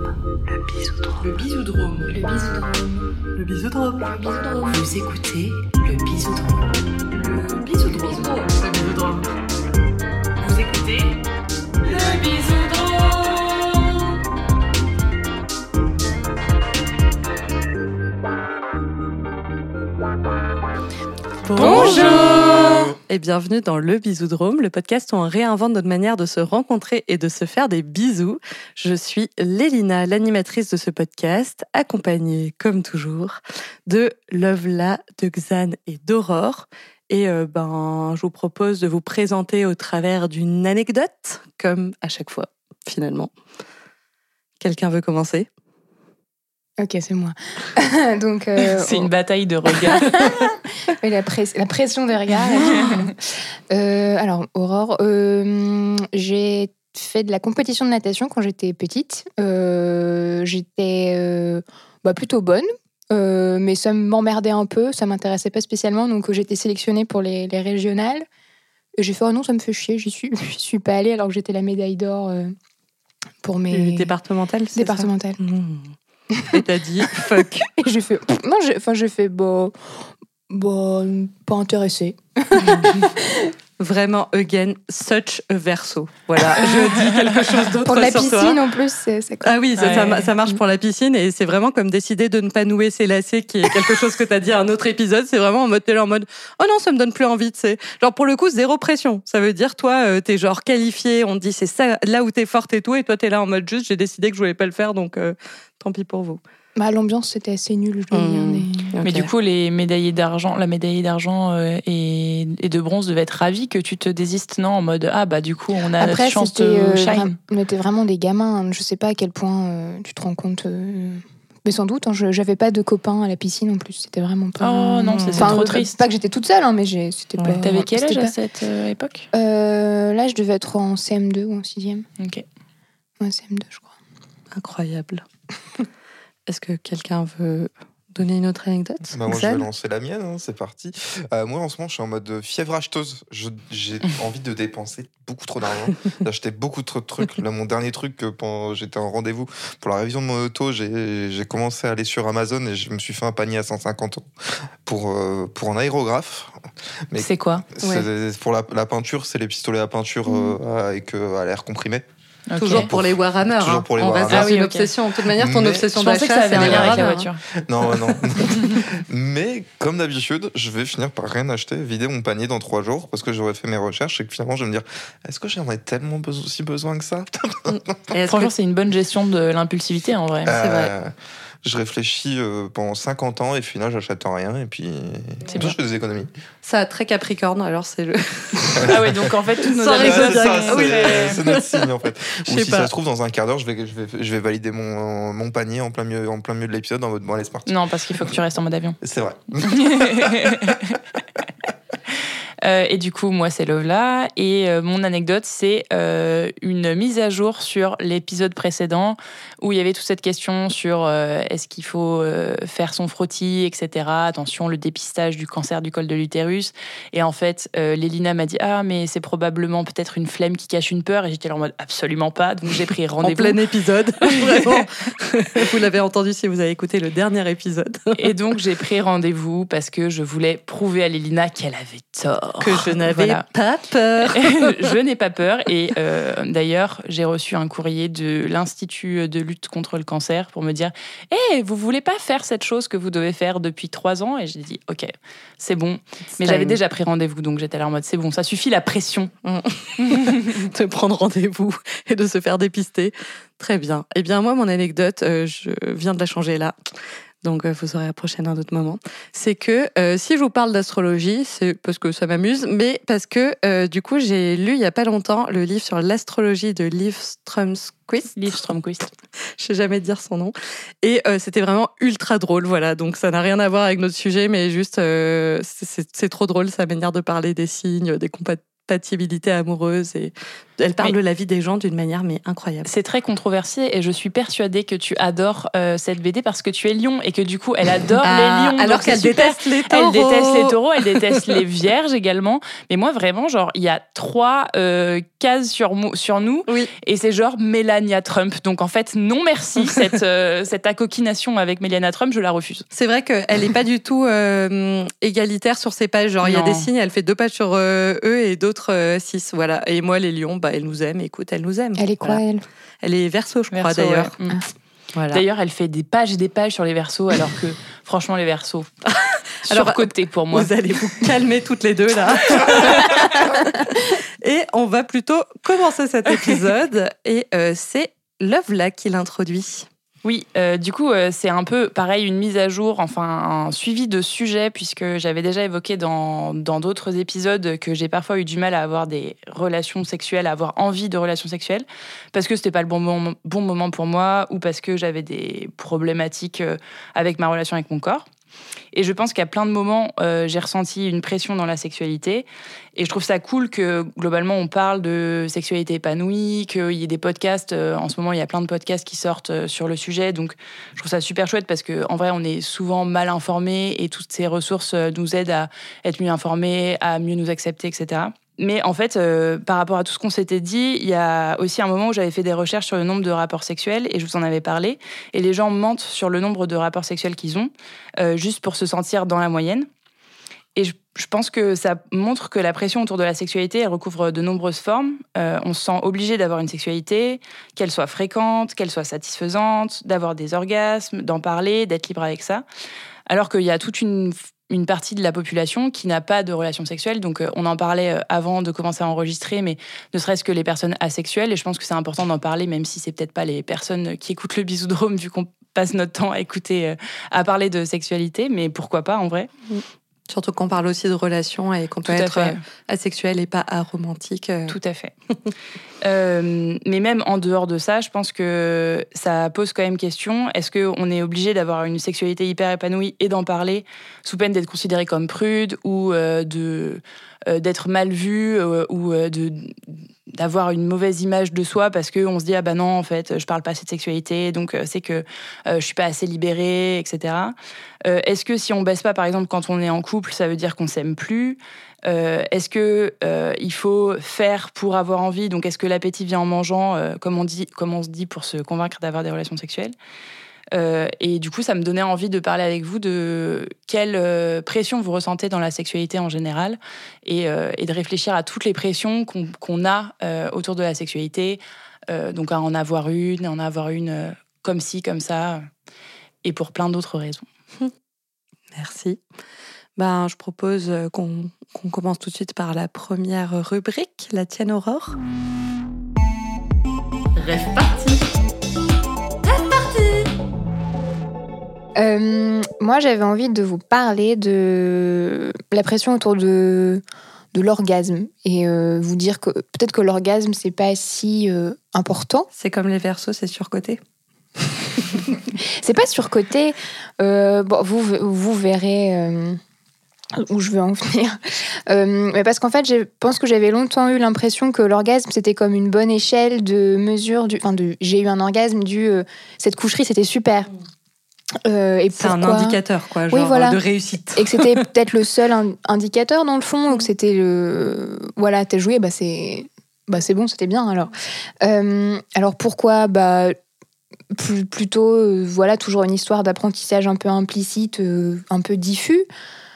Le bisoudrome. Le bisoudrome. Le bisoudrome. Le bisoudrome. Le bisoudrome. Vous écoutez le bisoudrome. Le bisoudrome. Le bisoudrome. Vous écoutez le bisoudrome. Bonjour et bienvenue dans Le Bisoudrome, le podcast où on réinvente notre manière de se rencontrer et de se faire des bisous. Je suis Lélina, l'animatrice de ce podcast, accompagnée, comme toujours, de Lovla, de Xan et d'Aurore. Et je vous propose de vous présenter au travers d'une anecdote, comme à chaque fois, finalement. Quelqu'un veut commencer ? Ok, c'est moi. Donc, c'est une bataille de regards. Oui, la pression des regards. Alors, Aurore, j'ai fait de la compétition de natation quand j'étais petite. J'étais plutôt bonne, mais ça m'emmerdait un peu, ça m'intéressait pas spécialement, donc j'étais sélectionnée pour les régionales. Et j'ai fait, oh non, ça me fait chier, j'y suis pas allée alors que j'étais la médaille d'or pour mes... Départementales, c'est Départementales. ça ? Et t'as dit fuck. Et j'ai fait non, j'ai fait pas intéressée. Vraiment, again, such a verso. Voilà, je dis quelque chose d'autre pour la sur piscine toi. en plus, c'est cool. Ah oui, ça marche pour la piscine et c'est vraiment comme décider de ne pas nouer ses lacets, qui est quelque chose que t'as dit à un autre épisode. C'est vraiment t'es là en mode oh non, ça me donne plus envie. C'est genre pour le coup zéro pression. Ça veut dire toi t'es genre qualifié, on te dit c'est ça là où t'es forte et tout, et toi t'es là en mode juste j'ai décidé que je voulais pas le faire donc tant pis pour vous. L'ambiance c'était assez nul, je dois dire. Mais du coup, la médaillée d'argent et de bronze devaient être ravis que tu te désistes, non, en mode du coup on a notre chance de shine. On était vraiment des gamins. Je sais pas à quel point tu te rends compte. Mais sans doute, j'avais pas de copains à la piscine en plus. C'était vraiment pas. Oh non, c'est trop triste. Pas que j'étais toute seule, mais c'était pas. T'avais quel âge à cette époque ? Là, je devais être en CM2 ou en 6e. Ok. Ouais, CM2, je crois. Incroyable. Est-ce que quelqu'un veut donner une autre anecdote ? Moi, je vais lancer la mienne, c'est parti. Moi, en ce moment, je suis en mode fièvre acheteuse. J'ai envie de dépenser beaucoup trop d'argent, d'acheter beaucoup trop de trucs. Là, mon dernier truc, quand j'étais en rendez-vous pour la révision de mon auto, j'ai commencé à aller sur Amazon et je me suis fait un panier à 150 € pour un aérographe. Mais c'est quoi ? Pour la peinture, c'est les pistolets à peinture avec à l'air comprimé. Okay. Toujours pour les Warhammer. Toujours pour les Warhammer. On reste une obsession. De toute manière, ton obsession d'achat, je pensais que ça avait un lien avec la voiture. Non. Mais comme d'habitude, je vais finir par rien acheter, vider mon panier dans 3 jours parce que j'aurais fait mes recherches et que finalement, je vais me dire, est-ce que j'en ai tellement aussi besoin que ça ? Franchement, c'est une bonne gestion de l'impulsivité en vrai. C'est vrai. Je réfléchis pendant 50 ans et finalement j'achète rien et puis je fais des économies. Ça a très Capricorne, alors c'est le... Ah ouais, donc en fait toutes nos c'est notre signe en fait. Ou si ça se trouve dans un quart d'heure je vais valider mon panier en plein milieu de l'épisode en mode bon allez c'est parti. Non, parce qu'il faut que tu restes en mode avion. C'est vrai. Et du coup, moi, c'est Lovla. Et mon anecdote, c'est une mise à jour sur l'épisode précédent où il y avait toute cette question sur est-ce qu'il faut faire son frottis, etc. Attention, le dépistage du cancer du col de l'utérus. Et en fait, Lélina m'a dit « Ah, mais c'est probablement peut-être une flemme qui cache une peur. » Et j'étais là en mode « Absolument pas. » Donc j'ai pris rendez-vous. En plein épisode, vraiment. Vous l'avez entendu si vous avez écouté le dernier épisode. Et donc, j'ai pris rendez-vous parce que je voulais prouver à Lélina qu'elle avait tort. Que je n'avais pas peur. Je n'ai pas peur. Et d'ailleurs, j'ai reçu un courrier de l'Institut de lutte contre le cancer pour me dire « Hey, vous voulez pas faire cette chose que vous devez faire depuis 3 ans ?» Et j'ai dit « Ok, c'est bon. » Mais j'avais déjà pris rendez-vous, donc j'étais là en mode « C'est bon, ça suffit la pression. » De prendre rendez-vous et de se faire dépister. Très bien. Eh bien, moi, mon anecdote, je viens de la changer là. Donc vous saurez la prochaine à un autre moment. C'est que si je vous parle d'astrologie, c'est parce que ça m'amuse, mais parce que du coup j'ai lu il y a pas longtemps le livre sur l'astrologie de Liv Strömquist. Je sais jamais dire son nom. Et c'était vraiment ultra drôle, voilà. Donc ça n'a rien à voir avec notre sujet, mais juste c'est trop drôle sa manière de parler des signes, des compatibilités amoureuses et Elle parle de la vie des gens d'une manière incroyable. C'est très controversé et je suis persuadée que tu adores cette BD parce que tu es lion et que du coup elle adore les lions. Alors qu'elle déteste les taureaux. Elle déteste les taureaux, elle déteste les vierges également. Mais moi vraiment, genre, il y a 3 cases sur nous et c'est genre Melania Trump. Donc en fait, non merci, cette acoquination avec Melania Trump, je la refuse. C'est vrai qu'elle n'est pas du tout égalitaire sur ses pages. Genre, il y a des signes, elle fait 2 pages sur eux et d'autres 6. Voilà. Et moi, les lions, elle nous aime. Écoute, elle nous aime. Elle est quoi, elle ? Elle est Verseau, je crois, d'ailleurs. Ouais. Voilà. D'ailleurs, elle fait des pages et des pages sur les Verseaux, alors que, franchement, les Verseaux, surcotés pour moi. Vous allez vous calmer toutes les deux, là. Et on va plutôt commencer cet épisode. Et c'est Lovelah qui l'introduit. Oui, du coup, c'est un peu pareil, une mise à jour, enfin un suivi de sujet, puisque j'avais déjà évoqué dans d'autres épisodes que j'ai parfois eu du mal à avoir des relations sexuelles, à avoir envie de relations sexuelles, parce que c'était pas le bon moment pour moi, ou parce que j'avais des problématiques avec ma relation avec mon corps. Et je pense qu'à plein de moments, j'ai ressenti une pression dans la sexualité. Et je trouve ça cool que, globalement, on parle de sexualité épanouie, qu'il y ait des podcasts. En ce moment, il y a plein de podcasts qui sortent sur le sujet. Donc, je trouve ça super chouette parce qu'en vrai, on est souvent mal informés et toutes ces ressources nous aident à être mieux informés, à mieux nous accepter, etc. Mais en fait, par rapport à tout ce qu'on s'était dit, il y a aussi un moment où j'avais fait des recherches sur le nombre de rapports sexuels et je vous en avais parlé. Et les gens mentent sur le nombre de rapports sexuels qu'ils ont, juste pour se sentir dans la moyenne. Et je pense que ça montre que la pression autour de la sexualité, elle recouvre de nombreuses formes. On se sent obligé d'avoir une sexualité, qu'elle soit fréquente, qu'elle soit satisfaisante, d'avoir des orgasmes, d'en parler, d'être libre avec ça. Alors qu'il y a toute une partie de la population qui n'a pas de relations sexuelles. Donc, on en parlait avant de commencer à enregistrer, mais ne serait-ce que les personnes asexuelles. Et je pense que c'est important d'en parler, même si c'est peut-être pas les personnes qui écoutent le Bisoudrome, vu qu'on passe notre temps à parler de sexualité. Mais pourquoi pas, en vrai ? Surtout qu'on parle aussi de relations et qu'on peut être asexuel et pas aromantique. Tout à fait. Mais même en dehors de ça, je pense que ça pose quand même question. Est-ce qu'on est obligé d'avoir une sexualité hyper épanouie et d'en parler sous peine d'être considéré comme prude ou d'être mal vu ou d'avoir une mauvaise image de soi parce qu'on se dit « Ah bah non, en fait, je parle pas assez de sexualité, donc c'est que je suis pas assez libérée, etc. » Est-ce que si on baisse pas, par exemple, quand on est en couple, ça veut dire qu'on s'aime plus ? Est-ce que il faut faire pour avoir envie ? Donc, est-ce que l'appétit vient en mangeant, comme on se dit, pour se convaincre d'avoir des relations sexuelles ? Et du coup, ça me donnait envie de parler avec vous de quelle pression vous ressentez dans la sexualité en général et de réfléchir à toutes les pressions qu'on a autour de la sexualité. Donc, à en avoir une comme ci, comme ça, et pour plein d'autres raisons. Merci. Je propose qu'on commence tout de suite par la première rubrique, la tienne, Aurore. Rêve parti. Moi, j'avais envie de vous parler de la pression autour de l'orgasme et vous dire que peut-être que l'orgasme, c'est pas si important. C'est comme les Verseaux, c'est surcoté. C'est pas surcoté. Vous verrez où je veux en venir. Mais parce qu'en fait, je pense que j'avais longtemps eu l'impression que l'orgasme, c'était comme une bonne échelle de mesure. J'ai eu un orgasme cette coucherie, c'était super. Et c'est un indicateur, quoi, genre de réussite. Et que c'était peut-être le seul indicateur dans le fond, ou que c'était voilà, t'as joué, c'est bon, c'était bien alors. Alors pourquoi plutôt voilà, toujours une histoire d'apprentissage un peu implicite, un peu diffus.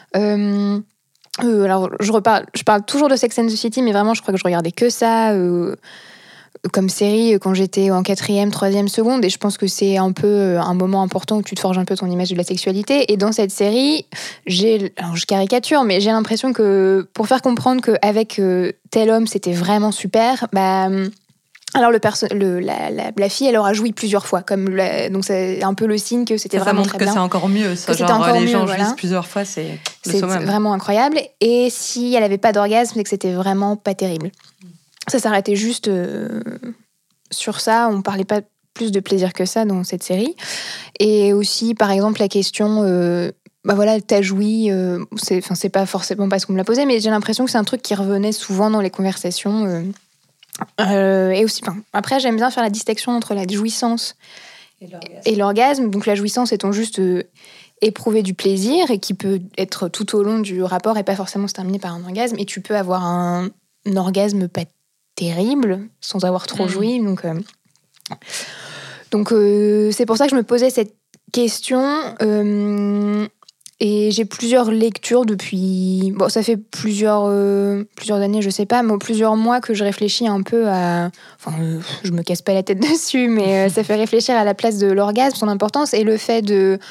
Alors je parle toujours de Sex and the City, mais vraiment je crois que je regardais que ça comme série quand j'étais en 4e, 3e seconde, et je pense que c'est un peu un moment important où tu te forges un peu ton image de la sexualité. Et dans cette série, alors je caricature, mais j'ai l'impression que pour faire comprendre qu'avec tel homme c'était vraiment super, alors la fille, elle aura joui plusieurs fois, donc c'est un peu le signe que c'était vraiment très bien. Ça montre que c'est encore mieux, ça. Les gens jouissent plusieurs fois, c'est vraiment incroyable. Et si elle avait pas d'orgasme, c'est que c'était vraiment pas terrible. Ça s'arrêtait juste sur ça. On parlait pas plus de plaisir que ça dans cette série. Et aussi, par exemple, la question, t'as joui. C'est pas forcément parce qu'on me l'a posé, mais j'ai l'impression que c'est un truc qui revenait souvent dans les conversations. Et aussi, après, j'aime bien faire la distinction entre la jouissance et l'orgasme. Donc la jouissance étant juste éprouver du plaisir et qui peut être tout au long du rapport et pas forcément se terminer par un orgasme. Et tu peux avoir un orgasme pas terrible sans avoir trop joui. Donc c'est pour ça que je me posais cette question. Et j'ai plusieurs lectures depuis... Bon, ça fait plusieurs années, je sais pas, mais plusieurs mois que je réfléchis un peu à... Enfin, je me casse pas la tête dessus, mais ça fait réfléchir à la place de l'orgasme, son importance, et le fait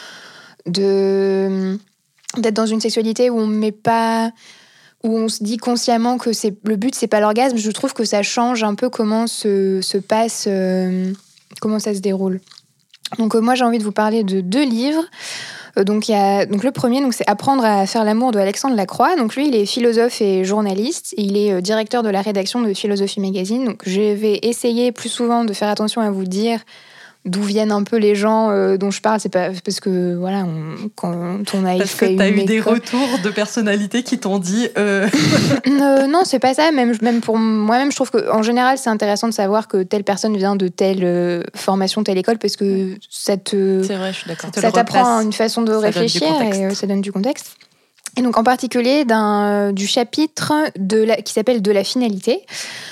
d'être dans une sexualité où on met pas... où on se dit consciemment que le but, c'est pas l'orgasme. Je trouve que ça change un peu comment se passe... comment ça se déroule. Donc moi, j'ai envie de vous parler de 2 livres. Donc le premier, c'est Apprendre à faire l'amour de Alexandre Lacroix. Donc lui, il est philosophe et journaliste. Il est directeur de la rédaction de Philosophie Magazine. Donc je vais essayer plus souvent de faire attention à vous dire d'où viennent un peu les gens dont je parle. C'est pas parce que voilà, quand on a parce que t'as eu des retours de personnalités qui t'ont dit. Non, c'est pas ça. Même pour moi-même, je trouve qu'en général, c'est intéressant de savoir que telle personne vient de telle formation, telle école, parce que ça te. C'est vrai, je suis d'accord. Ça t'apprend une façon de réfléchir et ça donne du contexte. Et donc en particulier du chapitre qui s'appelle De la finalité,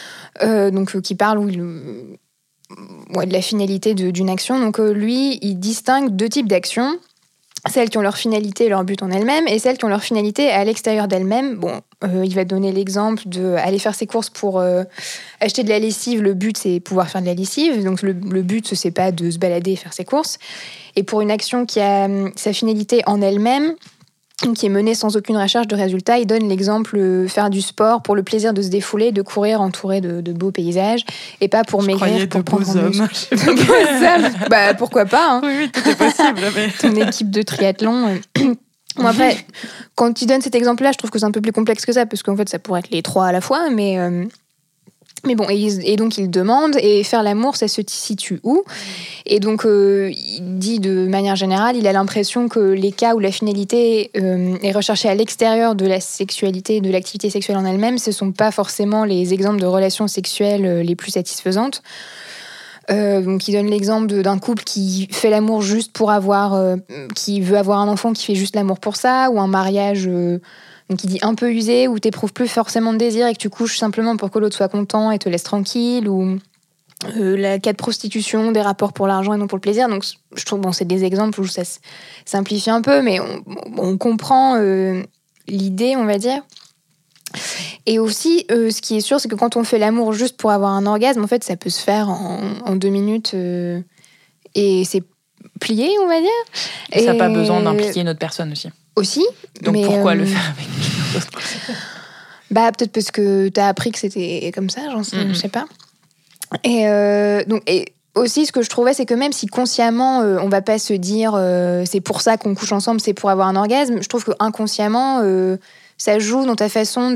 qui parle de la finalité d'une action. Donc lui, il distingue 2 types d'actions. Celles qui ont leur finalité et leur but en elles-mêmes, et celles qui ont leur finalité à l'extérieur d'elles-mêmes. Bon, il va donner l'exemple d'aller faire ses courses pour acheter de la lessive. Le but, c'est pouvoir faire de la lessive. Donc le but, c'est pas de se balader et faire ses courses. Et pour une action qui a sa finalité en elle-même, qui est menée sans aucune recherche de résultat, il donne l'exemple faire du sport pour le plaisir de se défouler, de courir entouré de beaux paysages, et pas pour maigrir, pour prendre beaux hommes. Bah pourquoi pas, hein. Oui, tout est possible. Mais... Ton équipe de triathlon. Bon, après, quand il donne cet exemple-là, je trouve que c'est un peu plus complexe que ça, parce qu'en fait, ça pourrait être les 3 à la fois, mais bon, et donc il demande, et faire l'amour, ça se situe où ? Et donc il dit de manière générale, il a l'impression que les cas où la finalité est recherchée à l'extérieur de la sexualité, de l'activité sexuelle en elle-même, ce ne sont pas forcément les exemples de relations sexuelles les plus satisfaisantes. Donc il donne l'exemple d'un couple qui fait l'amour juste pour qui veut avoir un enfant, qui fait juste l'amour pour ça, ou un mariage... Donc il dit un peu usé, où t'éprouves plus forcément de désir et que tu couches simplement pour que l'autre soit content et te laisse tranquille, ou le cas de prostitution, des rapports pour l'argent et non pour le plaisir. Donc je trouve c'est des exemples où ça simplifie un peu, mais on comprend l'idée, on va dire. Et aussi, ce qui est sûr, c'est que quand on fait l'amour juste pour avoir un orgasme, en fait, ça peut se faire en 2 minutes et c'est plié, on va dire. Et ça n'a pas besoin d'impliquer une autre personne aussi. Donc pourquoi le faire avec une autre personne ? Bah peut-être parce que t'as appris que c'était comme ça, je sais pas. Et aussi, ce que je trouvais, c'est que même si consciemment, on va pas se dire c'est pour ça qu'on couche ensemble, c'est pour avoir un orgasme, je trouve que inconsciemment, ça joue dans ta façon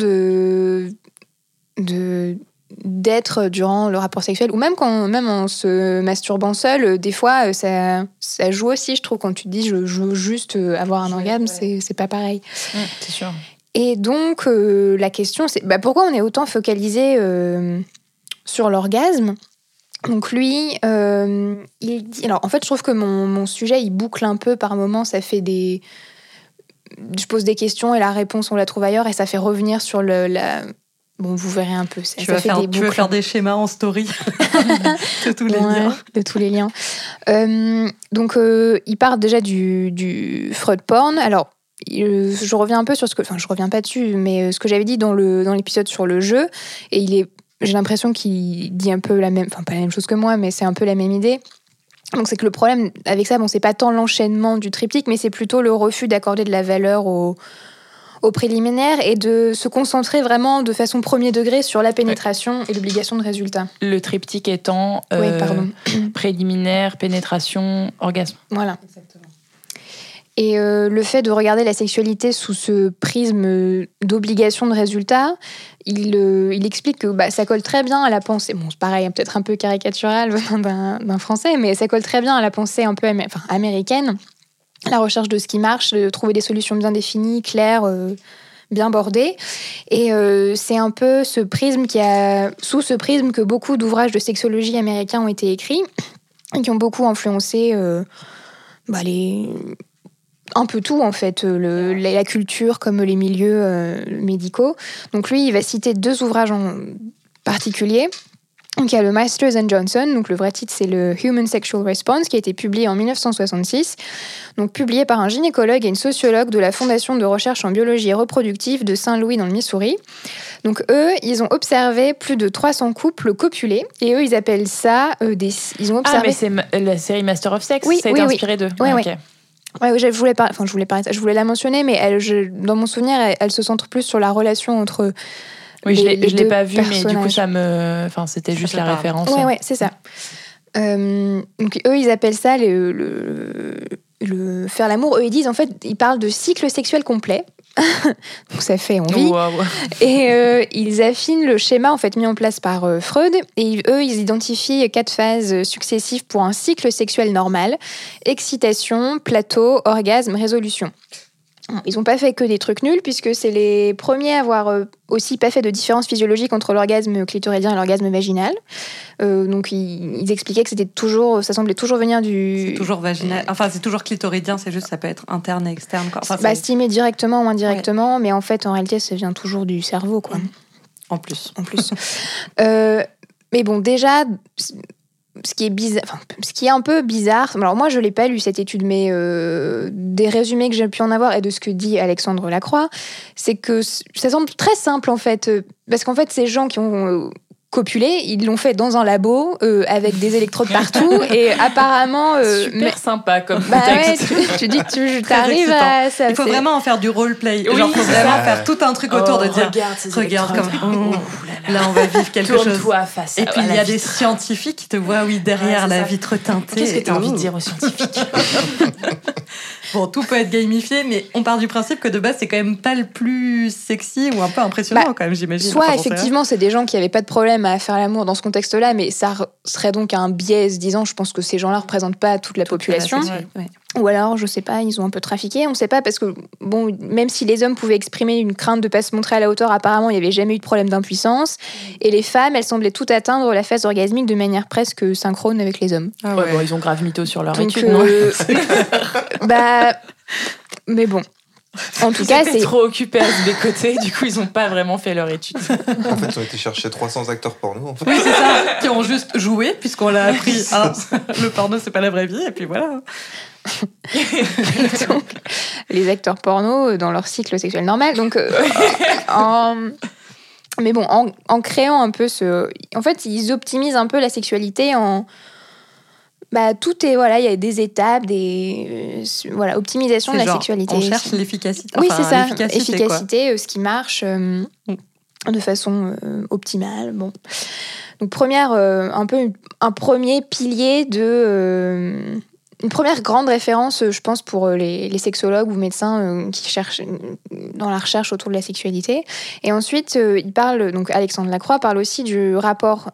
d'être durant le rapport sexuel, ou même en se masturbant seul, des fois ça joue aussi, je trouve, quand tu te dis je veux juste avoir un orgasme, c'est pas pareil. C'est sûr. Et donc la question, c'est pourquoi on est autant focalisé sur l'orgasme. Donc lui, il dit... Alors en fait, je trouve que mon sujet, il boucle un peu par moments, ça fait des... Je pose des questions et la réponse, on la trouve ailleurs, et ça fait revenir sur Bon, vous verrez un peu. Tu vas faire des schémas en story de tous les liens. De tous les liens. Donc, il part déjà du Freud porn. Alors, je reviens un peu sur je reviens pas dessus, mais ce que j'avais dit dans l'épisode sur le jeu, et j'ai l'impression qu'il dit un peu pas la même chose que moi, mais c'est un peu la même idée. Donc, c'est que le problème avec ça, c'est pas tant l'enchaînement du triptyque, mais c'est plutôt le refus d'accorder de la valeur au préliminaire et de se concentrer vraiment de façon premier degré sur la pénétration et l'obligation de résultat. Le triptyque étant préliminaire, pénétration, orgasme. Voilà. Exactement. Et le fait de regarder la sexualité sous ce prisme d'obligation de résultat, il explique que ça colle très bien à la pensée. Bon, c'est pareil, peut-être un peu caricatural d'un Français, mais ça colle très bien à la pensée un peu américaine. La recherche de ce qui marche, de trouver des solutions bien définies, claires, bien bordé. Et c'est un peu sous ce prisme que beaucoup d'ouvrages de sexologie américains ont été écrits et qui ont beaucoup influencé un peu tout en fait, la culture comme les milieux médicaux. Donc lui, il va citer 2 ouvrages en particulier. Donc il y a le Masters and Johnson, donc le vrai titre c'est le Human Sexual Response, qui a été publié en 1966, donc publié par un gynécologue et une sociologue de la Fondation de recherche en biologie reproductive de Saint-Louis dans le Missouri. Donc eux, ils ont observé plus de 300 couples copulés, et eux, ils appellent ça ils ont observé... Ah, mais c'est la série Master of Sex, oui, ça a été inspiré d'eux. Oui, ok. oui. Ouais, je voulais la mentionner, mais dans mon souvenir, elle se centre plus sur la relation entre... Oui, je l'ai pas vu, personnages. mais du coup, c'était juste la référence. Ouais, c'est ça. Donc, eux, ils appellent ça faire l'amour. Eux, ils disent, en fait, ils parlent de cycle sexuel complet. Donc, ça fait envie. Wow. Et ils affinent le schéma, en fait, mis en place par Freud. Et eux, ils identifient 4 phases successives pour un cycle sexuel normal. Excitation, plateau, orgasme, résolution. Ils n'ont pas fait que des trucs nuls, puisque c'est les premiers à avoir aussi pas fait de différence physiologique entre l'orgasme clitoridien et l'orgasme vaginal. Donc ils expliquaient que ça semblait toujours venir du... C'est toujours vaginal, enfin c'est toujours clitoridien, c'est juste ça peut être interne et externe. Quoi. Enfin, stimé directement ou indirectement, mais en fait en réalité ça vient toujours du cerveau, quoi. En plus. Mais bon, déjà... Ce qui est un peu bizarre, alors moi je l'ai pas lu cette étude, mais des résumés que j'ai pu en avoir et de ce que dit Alexandre Lacroix, c'est que ça semble très simple en fait, parce qu'en fait ces gens qui ont copulé, ils l'ont fait dans un labo avec des électrodes partout et apparemment super sympa comme contexte. Ouais, tu dis que tu arrives à ça. Il faut vraiment en faire du roleplay. Oui, genre faut vraiment faire tout un truc autour de dire regarde comme là on va vivre quelque chose. Tourne-toi face et puis il y a des scientifiques qui te voient derrière la vitre teintée. Qu'est-ce que tu as envie de dire aux scientifiques? Bon, tout peut être gamifié, mais on part du principe que de base, c'est quand même pas le plus sexy ou un peu impressionnant, quand même, j'imagine. Soit, effectivement, c'est des gens qui n'avaient pas de problème à faire l'amour dans ce contexte-là, mais ça serait donc un biais, disant, je pense que ces gens-là ne représentent pas toute la population. Ou alors, je sais pas, ils ont un peu trafiqué, on sait pas, parce que, bon, même si les hommes pouvaient exprimer une crainte de pas se montrer à la hauteur, apparemment, il n'y avait jamais eu de problème d'impuissance. Et les femmes, elles semblaient toutes atteindre la phase orgasmique de manière presque synchrone avec les hommes. Ah ouais. Bon, ils ont grave mytho sur leur donc, étude, non? Mais bon. En tout cas, c'est trop occupés à se bécoter, du coup, ils n'ont pas vraiment fait leur étude. En fait, ils ont été chercher 300 acteurs porno. En fait. Oui, c'est ça, qui ont juste joué, puisqu'on l'a appris. Le porno, c'est pas la vraie vie, et puis voilà. Donc, les acteurs porno dans leur cycle sexuel normal. Donc, mais bon, en créant un peu en fait, ils optimisent un peu la sexualité en... tout est, il y a des étapes, optimisation de la sexualité. On cherche l'efficacité. Oui, c'est ça, efficacité, ce qui marche de façon optimale. Bon. Donc, un premier pilier une première grande référence, je pense, pour les sexologues ou médecins qui cherchent dans la recherche autour de la sexualité. Et ensuite, donc Alexandre Lacroix parle aussi du rapport,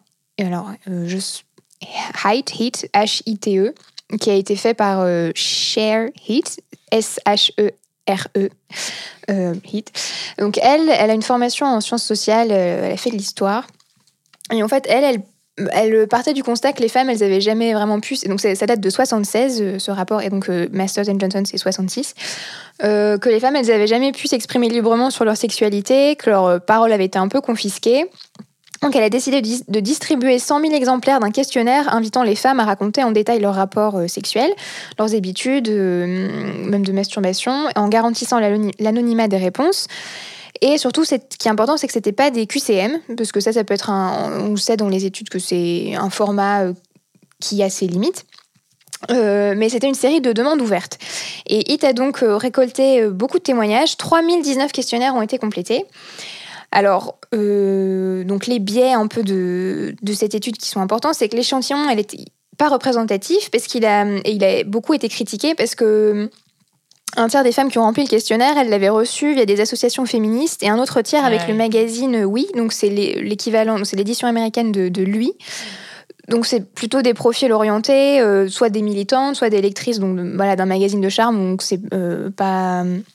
Heite, H-I-T-E, qui a été fait par Cher Heite, S-H-E-R-E, Heite. Donc elle a une formation en sciences sociales, elle a fait de l'histoire. Et en fait, elle partait du constat que les femmes, elles n'avaient jamais vraiment pu... Donc ça date de 76, ce rapport, et donc Masters and Johnson, c'est 66. Que les femmes, elles n'avaient jamais pu s'exprimer librement sur leur sexualité, que leur parole avait été un peu confisquée. Donc elle a décidé de distribuer 100 000 exemplaires d'un questionnaire invitant les femmes à raconter en détail leurs rapports sexuels, leurs habitudes, même de masturbation, en garantissant l'anonymat des réponses. Et surtout, ce qui est important, c'est que c'était pas des QCM, parce que ça peut être on sait dans les études que c'est un format qui a ses limites. Mais c'était une série de demandes ouvertes. Et IT a donc récolté beaucoup de témoignages. 3019 questionnaires ont été complétés. Alors, donc les biais un peu de cette étude qui sont importants, c'est que l'échantillon, elle n'était pas représentatif, parce qu'il a beaucoup été critiqué, parce que un tiers des femmes qui ont rempli le questionnaire, elles l'avaient reçu via des associations féministes, et un autre tiers avec le magazine Oui, donc c'est l'équivalent, c'est l'édition américaine de Lui. Donc c'est plutôt des profils orientés, soit des militantes, soit des lectrices d'un magazine de charme, donc c'est pas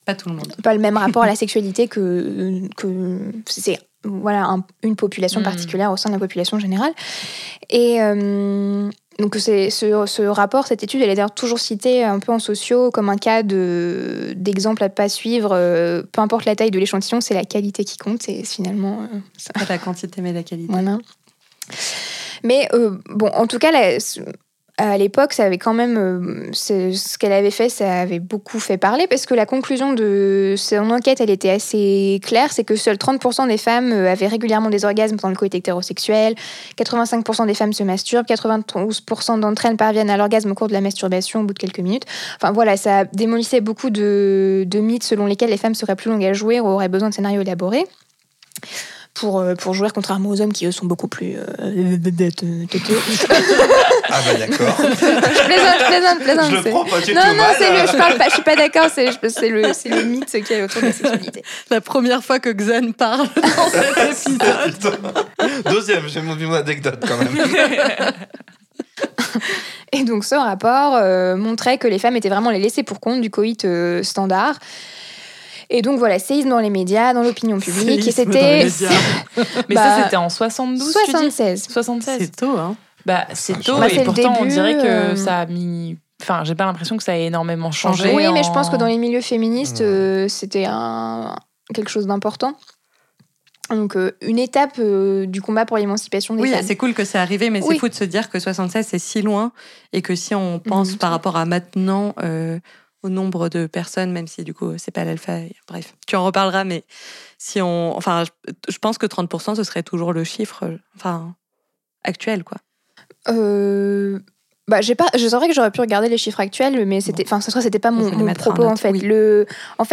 Pas tout le monde. Pas le même rapport à la sexualité que c'est une population particulière au sein de la population générale. Et donc ce rapport, cette étude, elle est d'ailleurs toujours citée un peu en sociaux comme un cas d'exemple à pas suivre. Peu importe la taille de l'échantillon, c'est la qualité qui compte. C'est finalement Pas la quantité mais la qualité. Voilà. Mais en tout cas, à l'époque, ça avait quand même ce qu'elle avait fait, ça avait beaucoup fait parler parce que la conclusion de son enquête, elle était assez claire, c'est que seuls 30% des femmes avaient régulièrement des orgasmes pendant le coït hétérosexuel, 85% des femmes se masturbent, 92% d'entre elles parviennent à l'orgasme au cours de la masturbation au bout de quelques minutes. Enfin voilà, ça démolissait beaucoup de mythes selon lesquels les femmes seraient plus longues à jouer ou auraient besoin de scénarios élaborés. Pour jouer, contrairement aux hommes qui, eux, sont beaucoup plus... Ah bah d'accord. Je plaisante. Je le prends pas du tout Non, mal. je parle pas, je suis pas d'accord, c'est le mythe qu'il y a autour de la sexualité. La première fois que Xan parle dans cet épisode. Deuxième, j'ai mon anecdote quand même. Et donc ce rapport montrait que les femmes étaient vraiment les laissées pour compte du coït standard. Et donc voilà, séisme dans les médias, dans l'opinion publique. Et c'était. Mais ça, c'était en 72, 76. Tu dis 76. C'est tôt, hein. Bah, c'est tôt, Bah, et c'est pourtant, on début, dirait que ça a mis. Enfin, j'ai pas l'impression que ça ait énormément changé. Oui, mais je pense que dans les milieux féministes, c'était quelque chose d'important. Donc, une étape du combat pour l'émancipation des femmes. Oui, c'est cool que c'est arrivé, mais c'est fou de se dire que 76, c'est si loin, et que si on pense par rapport à maintenant au nombre de personnes, même si du coup, c'est pas l'alpha, bref, tu en reparleras, mais si on... Enfin, je pense que 30%, ce serait toujours le chiffre actuel, quoi. Bah, je saurais que j'aurais pu regarder les chiffres actuels, mais c'était pas mon propos, en fait. Oui.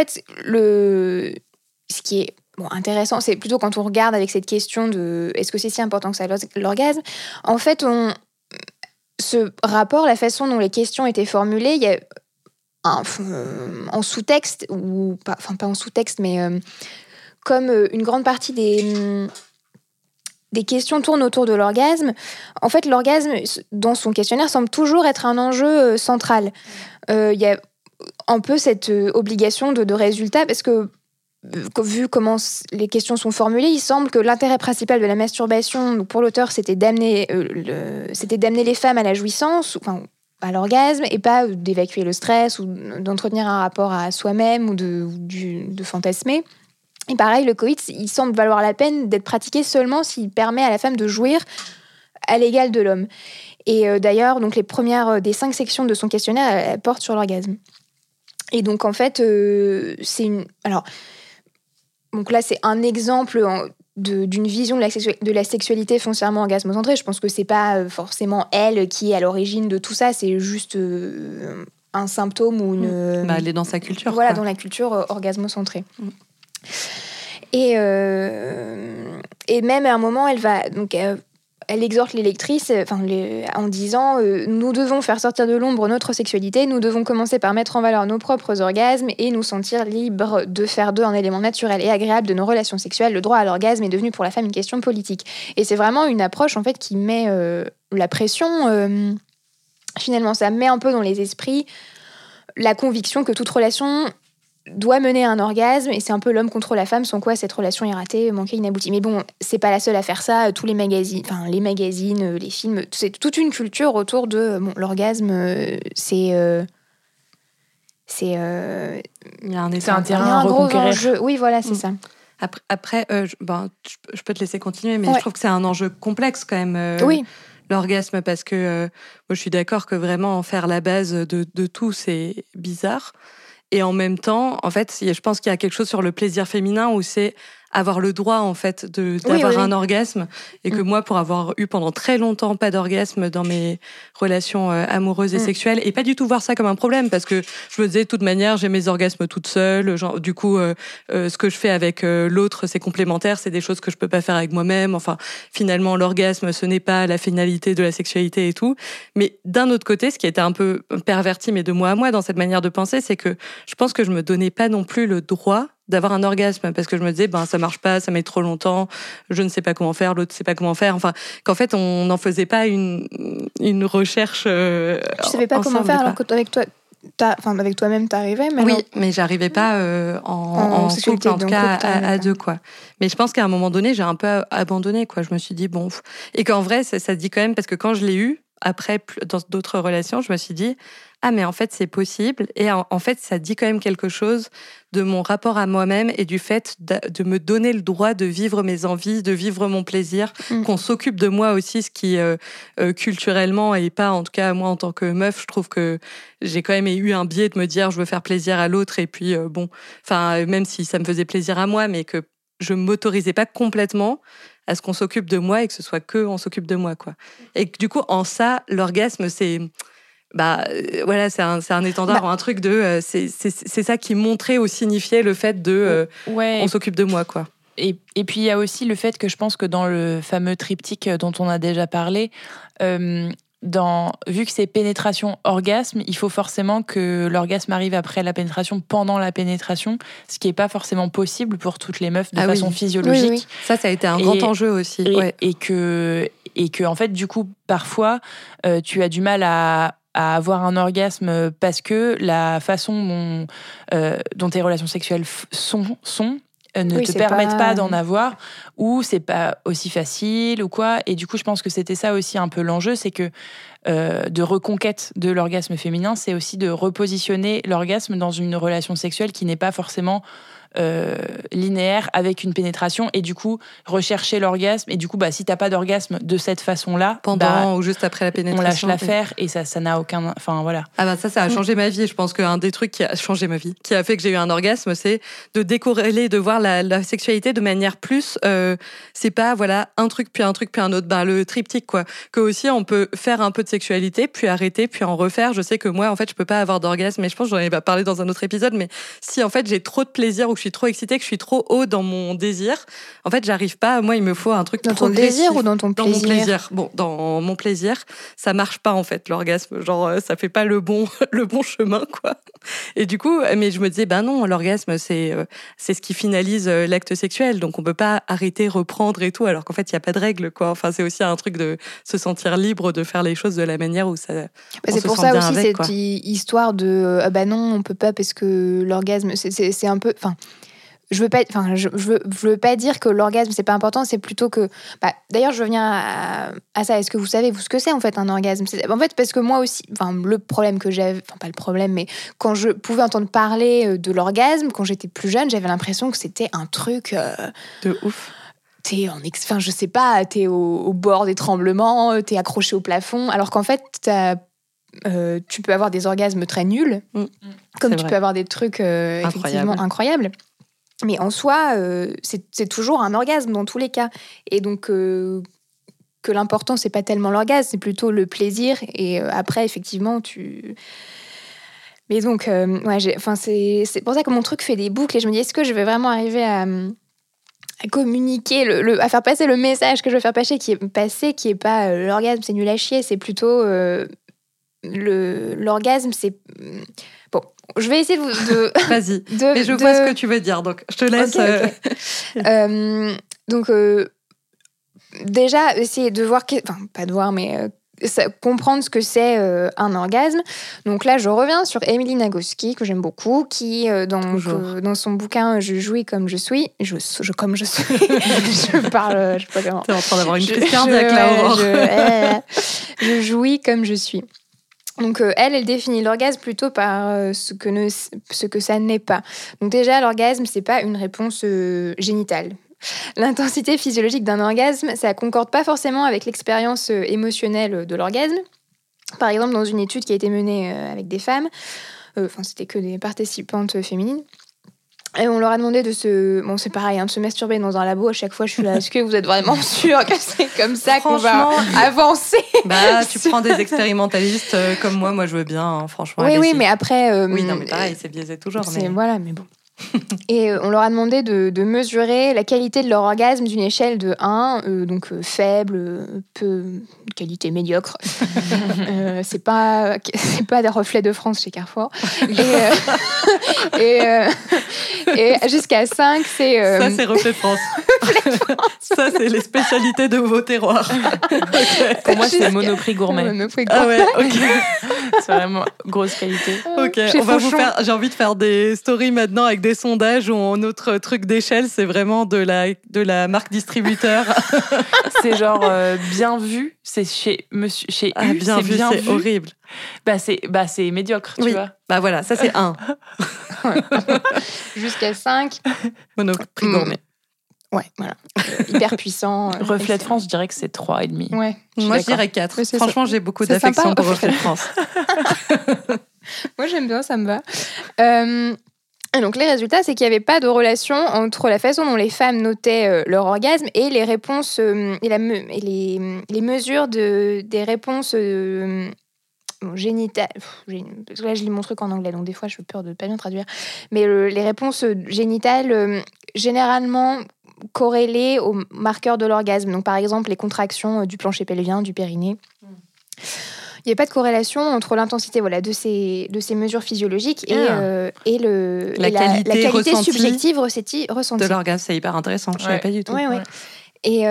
Ce qui est intéressant, c'est plutôt quand on regarde avec cette question de est-ce que c'est si important que ça l'orgasme. En fait, ce rapport, la façon dont les questions étaient formulées, il y a en sous-texte, ou pas en sous-texte, mais comme une grande partie des questions tournent autour de l'orgasme. En fait, l'orgasme, dans son questionnaire, semble toujours être un enjeu central. Il y a un peu cette obligation de résultat, parce que vu comment les questions sont formulées, il semble que l'intérêt principal de la masturbation, pour l'auteur, c'était d'amener les femmes à la jouissance, à l'orgasme, et pas d'évacuer le stress ou d'entretenir un rapport à soi-même ou de fantasmer. Et pareil, le coït, il semble valoir la peine d'être pratiqué seulement s'il permet à la femme de jouir à l'égal de l'homme. Et d'ailleurs, donc les premières des 5 sections de son questionnaire, elles portent sur l'orgasme. Et donc en fait, c'est une... Alors, donc là, c'est un exemple d'une vision de la sexualité foncièrement orgasmocentrée. Je pense que c'est pas forcément elle qui est à l'origine de tout ça, c'est juste un symptôme ou une... elle est dans sa culture. Voilà, quoi. dans la culture orgasmocentrée. Et même à un moment, elle exhorte les lectrices en disant nous devons faire sortir de l'ombre notre sexualité, nous devons commencer par mettre en valeur nos propres orgasmes et nous sentir libres de faire d'eux un élément naturel et agréable de nos relations sexuelles. Le droit à l'orgasme est devenu pour la femme une question politique. Et c'est vraiment une approche en fait qui met la pression. Finalement, ça met un peu dans les esprits la conviction que toute relation doit mener à un orgasme, et c'est un peu l'homme contre la femme, sans quoi cette relation est ratée, manquée, inaboutie. Mais bon, c'est pas la seule à faire ça. Tous les magazines, les films, c'est toute une culture autour de l'orgasme. Il y a un terrain à gros reconquérir. enjeu. Oui, voilà, c'est ça. Après, je peux te laisser continuer, mais Ouais. je trouve que c'est un enjeu complexe quand même. Oui. L'orgasme, parce que moi, je suis d'accord que vraiment en faire la base de tout, c'est bizarre. Et en même temps, en fait, je pense qu'il y a quelque chose sur le plaisir féminin où c'est avoir le droit, en fait, d'avoir un orgasme. Et que moi, pour avoir eu pendant très longtemps pas d'orgasme dans mes relations amoureuses et sexuelles, et pas du tout voir ça comme un problème, parce que je me disais, de toute manière, j'ai mes orgasmes toute seule. Du coup, ce que je fais avec l'autre, c'est complémentaire, c'est des choses que je peux pas faire avec moi-même. Enfin, finalement, l'orgasme, ce n'est pas la finalité de la sexualité et tout. Mais d'un autre côté, ce qui a été un peu perverti, mais de moi à moi, dans cette manière de penser, c'est que je pense que je me donnais pas non plus le droit d'avoir un orgasme, parce que je me disais ça marche pas, ça met trop longtemps, je ne sais pas comment faire, l'autre sait pas comment faire, enfin qu'en fait on n'en faisait pas une recherche tu savais pas ensemble, comment faire, quoi. alors que avec toi avec toi-même, t'arrivais, mais Oui, non. mais j'arrivais pas en sexualité, couple, en tout donc cas couple, t'arrivais à pas. deux, quoi. Mais je pense qu'à un moment donné, j'ai un peu abandonné, quoi. Je me suis dit, bon... Et qu'en vrai, ça se dit quand même, parce que quand je l'ai eu, après, dans d'autres relations, je me suis dit, ah, mais en fait, c'est possible. Et en fait, ça dit quand même quelque chose de mon rapport à moi-même et du fait de me donner le droit de vivre mes envies, de vivre mon plaisir, qu'on s'occupe de moi aussi, ce qui, culturellement, et pas, en tout cas, moi, en tant que meuf, je trouve que j'ai quand même eu un biais de me dire, je veux faire plaisir à l'autre, et puis, même si ça me faisait plaisir à moi, mais que je m'autorisais pas complètement à ce qu'on s'occupe de moi et que ce soit que on s'occupe de moi, quoi. Et que, du coup, en ça, l'orgasme, c'est... c'est un étendard, un truc de... c'est ça qui montrait ou signifiait le fait de... on s'occupe de moi, quoi. Et puis, il y a aussi le fait que je pense que dans le fameux triptyque dont on a déjà parlé, vu que c'est pénétration-orgasme, il faut forcément que l'orgasme arrive après la pénétration, pendant la pénétration, ce qui n'est pas forcément possible pour toutes les meufs de façon physiologique. Oui. Ça a été un grand enjeu aussi. Et que, en fait, du coup, parfois, tu as du mal à avoir un orgasme parce que la façon dont tes relations sexuelles ne te permettent pas d'en avoir, ou c'est pas aussi facile ou quoi. Et du coup, je pense que c'était ça aussi un peu l'enjeu, c'est que de reconquête de l'orgasme féminin, c'est aussi de repositionner l'orgasme dans une relation sexuelle qui n'est pas forcément linéaire avec une pénétration, et du coup rechercher l'orgasme, et du coup si t'as pas d'orgasme de cette façon-là pendant ou juste après la pénétration, on lâche l'affaire, et ça n'a aucun... Enfin voilà. Ça a changé ma vie. Je pense qu'un des trucs qui a changé ma vie, qui a fait que j'ai eu un orgasme, c'est de décorréler, de voir la sexualité de manière plus c'est pas un truc puis un truc puis un autre, le triptyque, quoi. Que aussi on peut faire un peu de sexualité puis arrêter puis en refaire. Je sais que moi en fait je peux pas avoir d'orgasme, mais je pense que j'en ai pas parlé dans un autre épisode, mais si en fait j'ai trop de plaisir ou que je suis trop excitée, que je suis trop haut dans mon désir, en fait j'arrive pas. Moi il me faut un truc dans ton désir ou dans ton plaisir? Dans mon plaisir. Bon, dans mon plaisir, ça marche pas en fait l'orgasme, genre ça fait pas le bon chemin, quoi. Et du coup, mais je me disais non, l'orgasme c'est ce qui finalise l'acte sexuel, donc on peut pas arrêter, reprendre et tout, alors qu'en fait il y a pas de règle, quoi. Enfin c'est aussi un truc de se sentir libre de faire les choses de la manière où ça c'est pour ça aussi cette histoire de non, on peut pas parce que l'orgasme c'est un peu, je veux pas dire que l'orgasme c'est pas important, c'est plutôt que d'ailleurs je reviens à ça. Est-ce que vous savez ce que c'est en fait un orgasme? En fait, parce que moi aussi, le problème que j'avais, pas le problème, mais quand je pouvais entendre parler de l'orgasme quand j'étais plus jeune, j'avais l'impression que c'était un truc de ouf. T'es je sais pas, t'es au bord des tremblements, t'es accroché au plafond, alors qu'en fait tu peux avoir des orgasmes très nuls, comme tu peux avoir des trucs effectivement incroyables. Mais en soi, c'est toujours un orgasme dans tous les cas. Et donc, que l'important, c'est pas tellement l'orgasme, c'est plutôt le plaisir. Et après, effectivement, Mais donc, c'est pour ça que mon truc fait des boucles. Et je me dis, est-ce que je vais vraiment arriver à communiquer, à faire passer le message que je veux faire passer, qui est pas l'orgasme, c'est nul à chier. C'est plutôt l'orgasme, c'est... Bon, je vais essayer de... Vas-y, mais je vois ce que tu veux dire, donc je te laisse... Okay. Donc, déjà, essayer de voir... pas de voir, mais... comprendre ce que c'est un orgasme. Donc là, je reviens sur Emily Nagoski, que j'aime beaucoup, qui, dans son bouquin « Je jouis comme je suis », comme je suis, je parle, je sais pas comment. T'es en train d'avoir une crise cardiaque, là, Aurore. Je jouis comme je suis. Donc elle définit l'orgasme plutôt par ce que ça n'est pas. Donc déjà, l'orgasme, c'est pas une réponse génitale. L'intensité physiologique d'un orgasme, ça concorde pas forcément avec l'expérience émotionnelle de l'orgasme. Par exemple, dans une étude qui a été menée avec des femmes, c'était que des participantes féminines, et on leur a demandé de c'est pareil, de se masturber dans un labo. À chaque fois, je suis là, est-ce que vous êtes vraiment sûr que c'est comme ça qu'on va avancer? Tu prends des comme moi je veux bien, franchement. Oui, mais après... oui, non, mais pareil, c'est biaisé toujours. Voilà, mais bon. Et on leur a demandé de mesurer la qualité de leur orgasme d'une échelle de 1, donc faible, peu, qualité médiocre. C'est pas des reflets de France chez Carrefour. Et jusqu'à 5, c'est... Ça, c'est reflet de France. Ça, c'est les spécialités de vos terroirs. Pour moi, c'est Monoprix gourmet. Monoprix Ah ouais, ok. C'est vraiment grosse qualité. Ok, Chez on va Fauchon. j'ai envie de faire des stories maintenant avec des sondages où notre truc d'échelle, c'est vraiment de la marque distributeur. C'est genre bien vu. C'est chez Monsieur, chez U, Bien c'est vu, bien c'est vu. horrible. C'est médiocre, tu Oui. vois. Bah voilà, ça c'est 1. Jusqu'à 5. Monoprix gourmet. Ouais, voilà. Hyper puissant. Reflet de France, je dirais que c'est 3,5. Ouais. Moi, je d'accord. dirais 4. Oui, c'est Franchement, j'ai beaucoup C'est d'affection sympa. pour Reflet de France. Moi, j'aime bien, ça me va. Et donc, les résultats, c'est qu'il n'y avait pas de relation entre la façon dont les femmes notaient leur orgasme et les réponses et les mesures des réponses génitales. Parce que là, je lis mon truc en anglais, donc des fois, je suis peur de ne pas bien traduire. Mais les réponses génitales, généralement corrélées aux marqueurs de l'orgasme. Donc, par exemple, les contractions du plancher pelvien, du périnée. Il n'y a pas de corrélation entre l'intensité de ces mesures physiologiques et La qualité ressentie subjective ressentie. De l'orgasme, c'est hyper intéressant. Je savais pas du tout. Ouais. Ouais. Et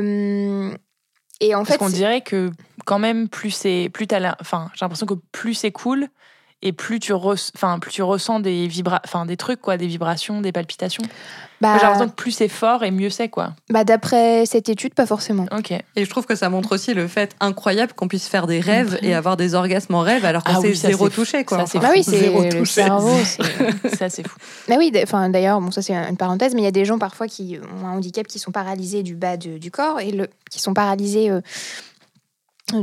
en Parce fait, qu'on dirait que quand même, j'ai l'impression que plus c'est cool et plus tu ressens des des trucs, quoi, des vibrations, des palpitations. J'ai l'impression que plus c'est fort et mieux c'est, quoi. D'après cette étude, pas forcément. Ok. Et je trouve que ça montre aussi le fait incroyable qu'on puisse faire des rêves et avoir des orgasmes en rêve alors qu'on s'est zéro touché, quoi. Ça, c'est Bah oui, c'est zéro le touché. cerveau. Ça, c'est fou. Bah oui, d'ailleurs, bon, ça c'est une parenthèse, mais il y a des gens parfois qui ont un handicap, qui sont paralysés du bas du corps et qui sont paralysés la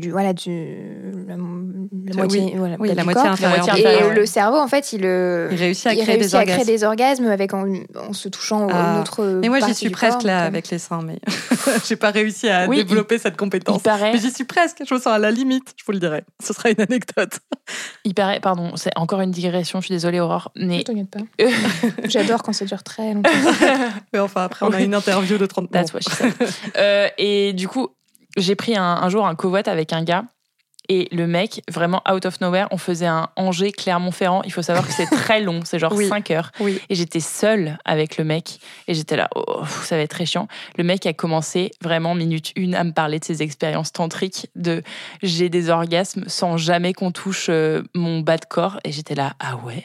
moitié, Oui, du la moitié corps. inférieure. La moitié Et inférieure, le cerveau, en fait, il réussit à créer réussit des à orgasmes. créer des orgasmes en se touchant aux autres Mais moi, j'y parties suis du presque corps, là donc, avec les seins, mais j'ai pas réussi à Oui, développer cette compétence. Il paraît, Mais j'y suis presque. Je me sens à la limite, je vous le dirai. Ce sera une anecdote. pardon, c'est encore une digression, je suis désolée, Aurore, mais Ne t'inquiète pas. J'adore quand ça dure très longtemps. Mais enfin, après, on a une interview de 30 That's what she said. Et du coup, j'ai pris un jour un covoit avec un gars. Et le mec, vraiment out of nowhere, on faisait un Angers-Clermont-Ferrand. Il faut savoir que c'est très long, c'est genre 5 heures. Oui. Et j'étais seule avec le mec. Et j'étais là, ça va être très chiant. Le mec a commencé vraiment minute 1 à me parler de ses expériences tantriques, de j'ai des orgasmes sans jamais qu'on touche mon bas de corps. Et j'étais là, ah ouais.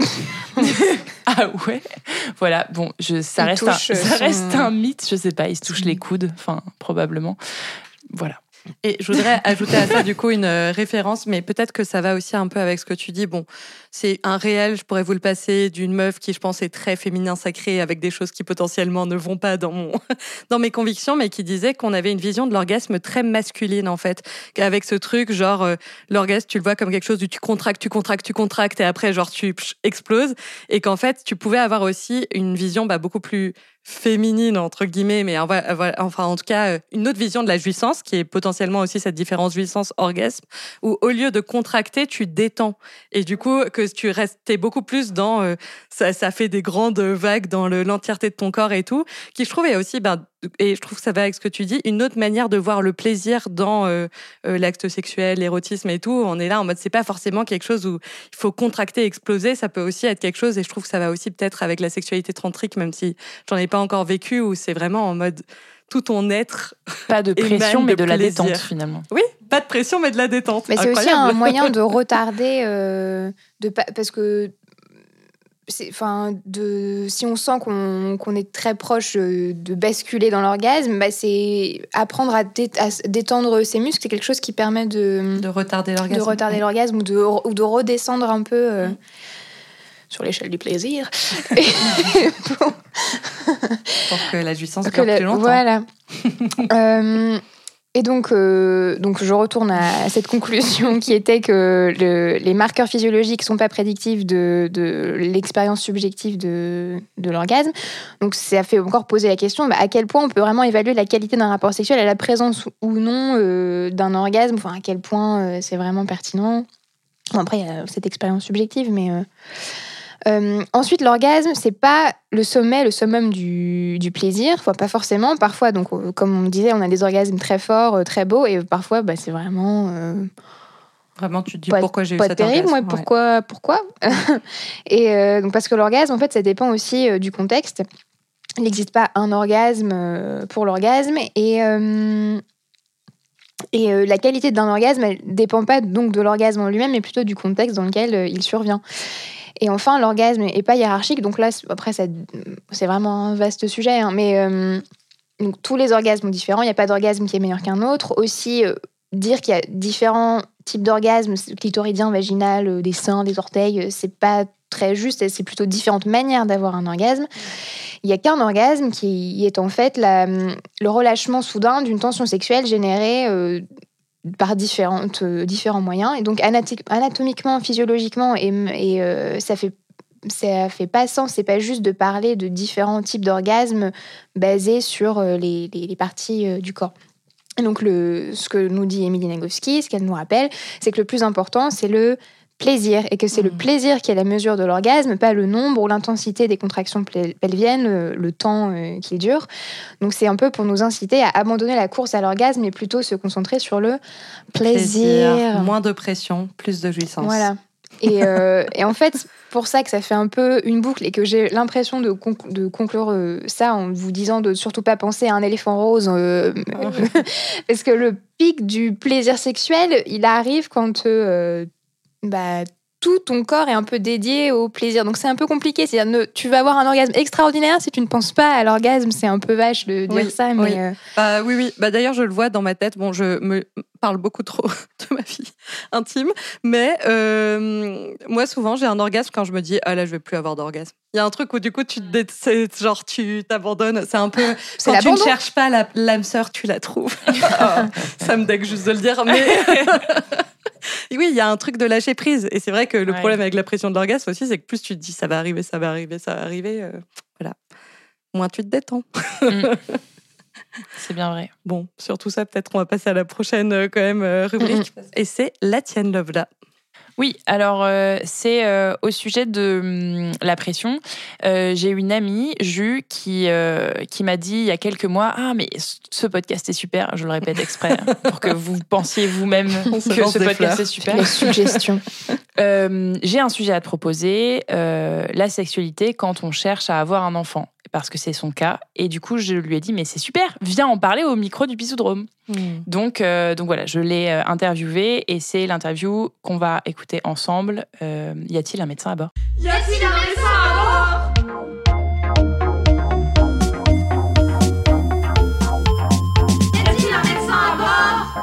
Ah ouais. Voilà, bon, ça reste un mythe, je sais pas, il se touche les coudes, enfin, probablement. Voilà. Et je voudrais ajouter à ça, du coup, une référence, mais peut-être que ça va aussi un peu avec ce que tu dis. Bon, c'est un réel, je pourrais vous le passer, d'une meuf qui, je pense, est très féminin sacré, avec des choses qui potentiellement ne vont pas dans mes convictions, mais qui disait qu'on avait une vision de l'orgasme très masculine, en fait. Avec ce truc, genre, l'orgasme, tu le vois comme quelque chose où tu contractes, et après, genre, tu exploses. Et qu'en fait, tu pouvais avoir aussi une vision beaucoup plus féminine, entre guillemets, mais enfin, en tout cas, une autre vision de la jouissance, qui est potentiellement aussi cette différence jouissance-orgasme, où au lieu de contracter, tu détends. Et du coup, que tu restais beaucoup plus dans... ça fait des grandes vagues dans l'entièreté de ton corps et tout, qui je trouve est aussi... et je trouve que ça va avec ce que tu dis, une autre manière de voir le plaisir dans l'acte sexuel, l'érotisme et tout. On est là en mode, c'est pas forcément quelque chose où il faut contracter, exploser, ça peut aussi être quelque chose, et je trouve que ça va aussi peut-être avec la sexualité tantrique, même si j'en ai pas encore vécu, où c'est vraiment en mode tout ton être. Pas de pression, mais de la plaisir. détente, finalement. Oui, pas de pression, mais de la détente. Mais c'est aussi Incroyable. un moyen de retarder, parce que si on sent qu'on est très proche de basculer dans l'orgasme, c'est apprendre à détendre ses muscles, c'est quelque chose qui permet de retarder l'orgasme. De retarder l'orgasme ou de redescendre un peu sur l'échelle du plaisir. Pour que la jouissance dure plus longtemps. Voilà. Et donc, je retourne à cette conclusion qui était que les marqueurs physiologiques ne sont pas prédictifs de l'expérience subjective de l'orgasme. Donc, ça fait encore poser la question, à quel point on peut vraiment évaluer la qualité d'un rapport sexuel à la présence ou non d'un orgasme, enfin, à quel point c'est vraiment pertinent. Bon, après, il y a cette expérience subjective, mais Ensuite, l'orgasme, c'est pas le summum du plaisir, enfin, pas forcément. Parfois, donc, comme on disait, on a des orgasmes très forts, très beaux, et parfois, c'est vraiment. Vraiment, tu te dis pas, pourquoi j'ai eu pas cet terrible, orgasme. Pourquoi Et donc, parce que l'orgasme, en fait, ça dépend aussi du contexte. Il n'existe pas un orgasme pour l'orgasme, et la qualité d'un orgasme, elle dépend pas donc de l'orgasme en lui-même, mais plutôt du contexte dans lequel il survient. Et enfin, l'orgasme n'est pas hiérarchique. Donc là, après, c'est vraiment un vaste sujet. Hein, mais donc, tous les orgasmes sont différents. Il n'y a pas d'orgasme qui est meilleur qu'un autre. Aussi, dire qu'il y a différents types d'orgasmes, clitoridien, vaginal, des seins, des orteils, c'est pas très juste. C'est plutôt différentes manières d'avoir un orgasme. Il n'y a qu'un orgasme qui est en fait le relâchement soudain d'une tension sexuelle générée par différents moyens. Et donc, anatomiquement, physiologiquement, ça fait pas sens. C'est pas juste de parler de différents types d'orgasmes basés sur les parties du corps. Et donc, ce que nous dit Émilie Nagoski, ce qu'elle nous rappelle, c'est que le plus important, c'est le plaisir, et que c'est le plaisir qui est la mesure de l'orgasme, pas le nombre ou l'intensité des contractions pelviennes, le temps qu'il dure. Donc c'est un peu pour nous inciter à abandonner la course à l'orgasme et plutôt se concentrer sur le plaisir. Moins de pression, plus de jouissance. Voilà. Et en fait, pour ça que ça fait un peu une boucle et que j'ai l'impression de conclure ça en vous disant de surtout pas penser à un éléphant rose parce que le pic du plaisir sexuel, il arrive quand tout ton corps est un peu dédié au plaisir. Donc c'est un peu compliqué. C'est-à-dire, tu vas avoir un orgasme extraordinaire si tu ne penses pas à l'orgasme. C'est un peu vache de dire ça. Mais oui. D'ailleurs, je le vois dans ma tête. Bon, je me parle beaucoup trop de ma vie intime. Mais moi, souvent, j'ai un orgasme quand je me dis « Ah là, je vais plus avoir d'orgasme ». Il y a un truc où du coup, tu t'abandonnes. C'est un peu... C'est quand tu l'abandon. ne cherches pas l'âme sœur, tu la trouves. Ça me dégue juste de le dire. Mais... Oui, il y a un truc de lâcher prise. Et c'est vrai que le problème avec la pression de l'orgasme aussi, c'est que plus tu te dis ça va arriver, voilà. Moins tu te détends. C'est bien vrai. Bon, sur tout ça, peut-être on va passer à la prochaine rubrique. Et c'est la tienne, Lovla. Oui, alors c'est au sujet de la pression. J'ai une amie, Ju, qui m'a dit il y a quelques mois « Ah, mais ce podcast est super », je le répète exprès, pour que vous pensiez vous-même que ce podcast est super. Les suggestions. J'ai un sujet à te proposer, la sexualité quand on cherche à avoir un enfant, parce que c'est son cas. Et du coup, je lui ai dit « Mais c'est super, viens en parler au micro du Bisoudrome ». Donc voilà, je l'ai interviewé et c'est l'interview qu'on va écouter ensemble. Y a-t-il un médecin à bord ? Y a-t-il un médecin à bord ? Y a-t-il un médecin à bord ?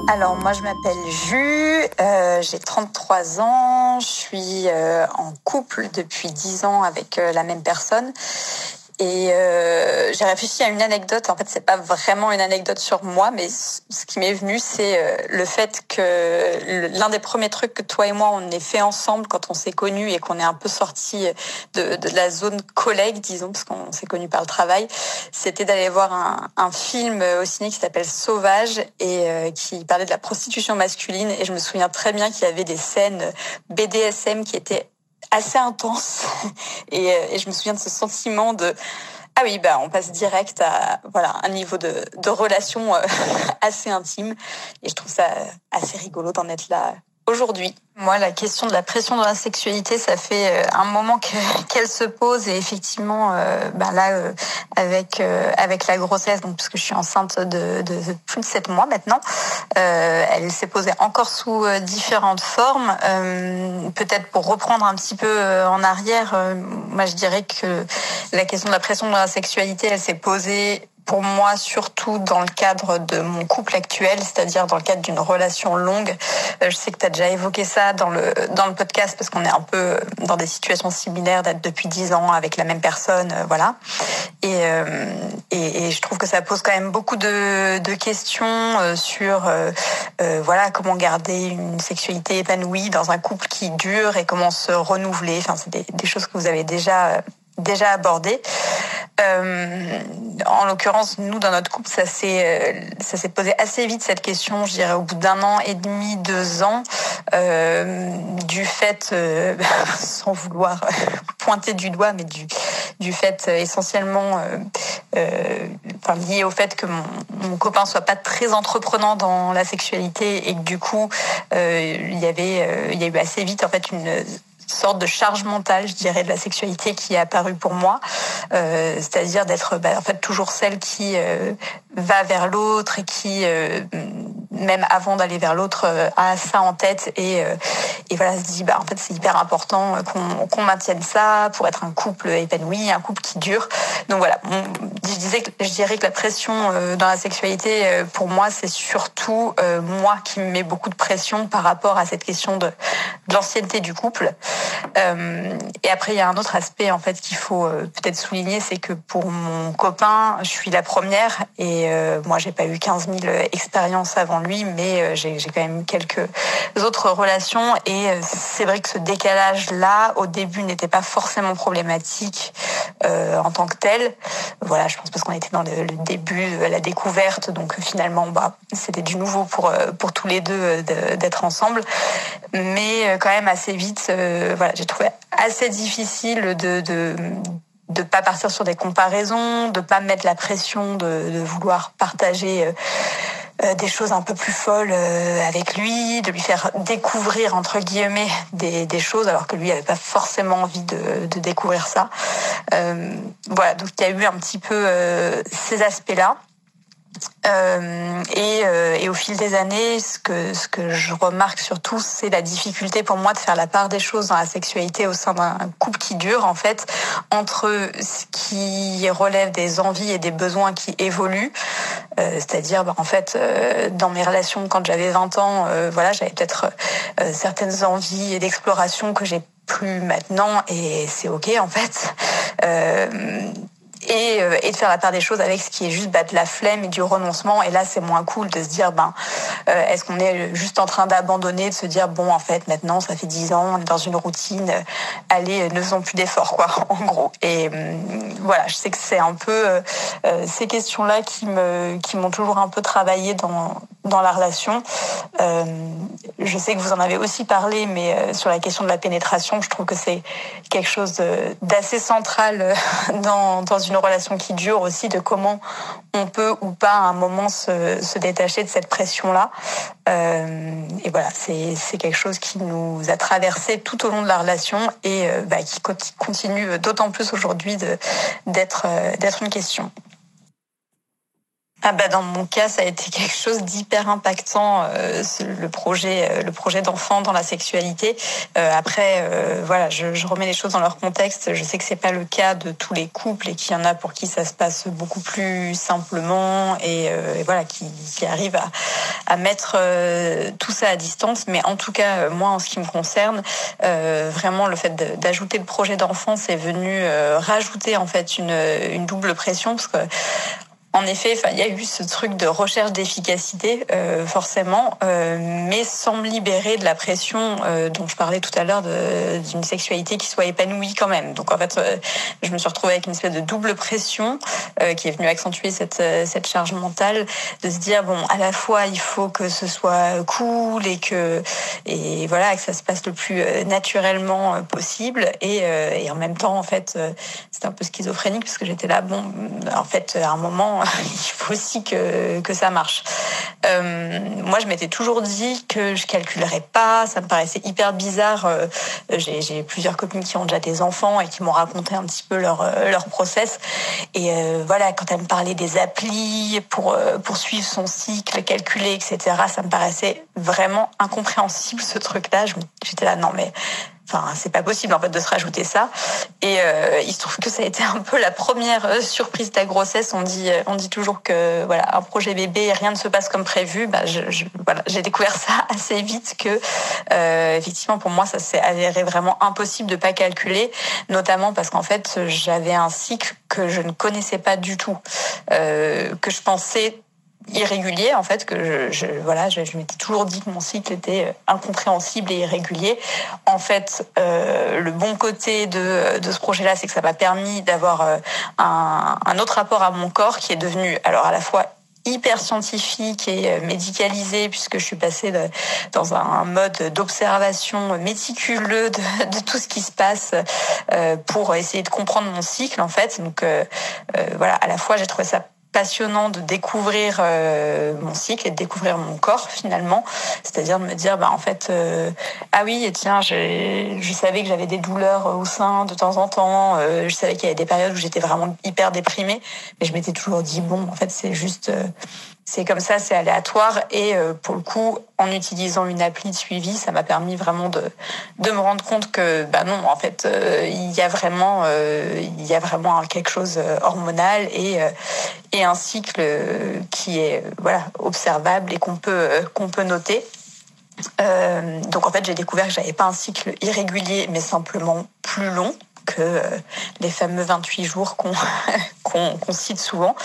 Alors moi je m'appelle Ju, j'ai 33 ans, je suis en couple depuis 10 ans avec la même personne. Et j'ai réfléchi à une anecdote. En fait, c'est pas vraiment une anecdote sur moi, mais ce qui m'est venu, c'est le fait que l'un des premiers trucs que toi et moi on ait fait ensemble quand on s'est connus et qu'on est un peu sortis de la zone collègue, disons, parce qu'on s'est connus par le travail, c'était d'aller voir un film au ciné qui s'appelle Sauvage et qui parlait de la prostitution masculine. Et je me souviens très bien qu'il y avait des scènes BDSM qui étaient assez intense et je me souviens de ce sentiment de ah oui, on passe direct à un niveau de relation assez intime, et je trouve ça assez rigolo d'en être là aujourd'hui. Moi, la question de la pression dans la sexualité, ça fait un moment qu'elle se pose, et effectivement, avec la grossesse, donc parce que je suis enceinte de plus de 7 mois maintenant, elle s'est posée encore sous différentes formes. Peut-être pour reprendre un petit peu en arrière, moi je dirais que la question de la pression dans la sexualité, elle s'est posée pour moi, surtout dans le cadre de mon couple actuel, c'est-à-dire dans le cadre d'une relation longue. Je sais que tu as déjà évoqué ça dans le podcast, parce qu'on est un peu dans des situations similaires, d'être depuis 10 ans avec la même personne, voilà. Et je trouve que ça pose quand même beaucoup de questions sur comment garder une sexualité épanouie dans un couple qui dure et comment se renouveler. Enfin, c'est des choses que vous avez déjà abordé. En l'occurrence, nous, dans notre couple, ça s'est posé assez vite, cette question, je dirais au bout d'1 an et demi, 2 ans, du fait, sans vouloir pointer du doigt, mais du fait essentiellement lié au fait que mon copain soit pas très entreprenant dans la sexualité et que du coup, il y a eu assez vite en fait une sorte de charge mentale, je dirais, de la sexualité qui est apparue pour moi, c'est-à-dire d'être en fait toujours celle qui va vers l'autre et qui même avant d'aller vers l'autre a ça en tête et voilà, se dit en fait c'est hyper important qu'on maintienne ça pour être un couple épanoui, un couple qui dure. Donc voilà, je dirais que la pression dans la sexualité pour moi c'est surtout moi qui me mets beaucoup de pression par rapport à cette question de l'ancienneté du couple. Et après il y a un autre aspect en fait qu'il faut peut-être souligner, c'est que pour mon copain je suis la première et moi j'ai pas eu 15 000 expériences avant lui, mais j'ai quand même eu quelques autres relations et c'est vrai que ce décalage là au début n'était pas forcément problématique en tant que tel. Voilà, je pense parce qu'on était dans le début, la découverte, donc finalement c'était du nouveau pour tous les deux d'être ensemble, mais quand même assez vite j'ai trouvé assez difficile de pas partir sur des comparaisons, de pas mettre la pression de vouloir partager des choses un peu plus folles avec lui, de lui faire découvrir entre guillemets des choses alors que lui avait pas forcément envie de découvrir ça. Voilà, donc il y a eu un petit peu ces aspects-là. Et au fil des années, ce que je remarque surtout, c'est la difficulté pour moi de faire la part des choses dans la sexualité au sein d'un couple qui dure, en fait, entre ce qui relève des envies et des besoins qui évoluent. C'est-à-dire, en fait, dans mes relations, quand j'avais 20 ans, j'avais peut-être certaines envies et d'exploration que j'ai plus maintenant, et c'est ok, en fait. Et de faire la part des choses avec ce qui est juste de la flemme et du renoncement. Et là, c'est moins cool de se dire, est-ce qu'on est juste en train d'abandonner, de se dire, en fait, maintenant, ça fait 10 ans, on est dans une routine, allez, ne faisons plus d'efforts, quoi, en gros. Et voilà, je sais que c'est un peu ces questions-là qui m'ont toujours un peu travaillé dans la relation. Je sais que vous en avez aussi parlé, mais sur la question de la pénétration, je trouve que c'est quelque chose d'assez central dans une relation qui dure aussi, de comment on peut ou pas à un moment se détacher de cette pression-là. Et voilà, c'est quelque chose qui nous a traversé tout au long de la relation et qui continue d'autant plus aujourd'hui d'être une question. Dans mon cas, ça a été quelque chose d'hyper impactant, le projet d'enfant dans la sexualité. Après, je remets les choses dans leur contexte. Je sais que c'est pas le cas de tous les couples et qu'il y en a pour qui ça se passe beaucoup plus simplement et qui arrivent à mettre tout ça à distance. Mais en tout cas, moi, en ce qui me concerne, vraiment le fait d'ajouter le projet d'enfant, c'est venu rajouter en fait une double pression parce que en effet, il y a eu ce truc de recherche d'efficacité, forcément, mais sans me libérer de la pression dont je parlais tout à l'heure d'une sexualité qui soit épanouie quand même. Donc en fait, je me suis retrouvée avec une espèce de double pression qui est venue accentuer cette charge mentale de se dire à la fois il faut que ce soit cool et que ça se passe le plus naturellement possible et en même temps en fait c'était un peu schizophrénique parce que j'étais là en fait à un moment il faut aussi que ça marche. Moi, je m'étais toujours dit que je calculerais pas. Ça me paraissait hyper bizarre. J'ai plusieurs copines qui ont déjà des enfants et qui m'ont raconté un petit peu leur process. Et quand elles me parlaient des applis pour suivre son cycle, calculer, etc., ça me paraissait vraiment incompréhensible, ce truc-là. J'étais là, non mais... c'est pas possible en fait de se rajouter ça. Et il se trouve que ça a été un peu la première surprise de la grossesse. On dit toujours que un projet bébé, rien ne se passe comme prévu. J'ai découvert ça assez vite que effectivement pour moi ça s'est avéré vraiment impossible de pas calculer, notamment parce qu'en fait j'avais un cycle que je ne connaissais pas du tout, que je pensais irrégulier, en fait, que je m'étais toujours dit que mon cycle était incompréhensible et irrégulier. En fait, le bon côté de ce projet-là, c'est que ça m'a permis d'avoir un autre rapport à mon corps qui est devenu, alors à la fois hyper scientifique et médicalisé, puisque je suis passée dans un mode d'observation méticuleux de tout ce qui se passe pour essayer de comprendre mon cycle, en fait. Donc à la fois j'ai trouvé ça passionnant de découvrir mon cycle et de découvrir mon corps finalement, c'est-à-dire de me dire en fait ah oui, et tiens, je savais que j'avais des douleurs au sein de temps en temps, je savais qu'il y avait des périodes où j'étais vraiment hyper déprimée, mais je m'étais toujours dit bon, en fait c'est juste c'est comme ça, c'est aléatoire, et pour le coup, en utilisant une appli de suivi, ça m'a permis vraiment de me rendre compte que non, en fait, il y a vraiment quelque chose hormonal et un cycle qui est observable et qu'on peut noter. Donc en fait, j'ai découvert que j'avais pas un cycle irrégulier, mais simplement plus long que les fameux 28 jours qu'on cite souvent.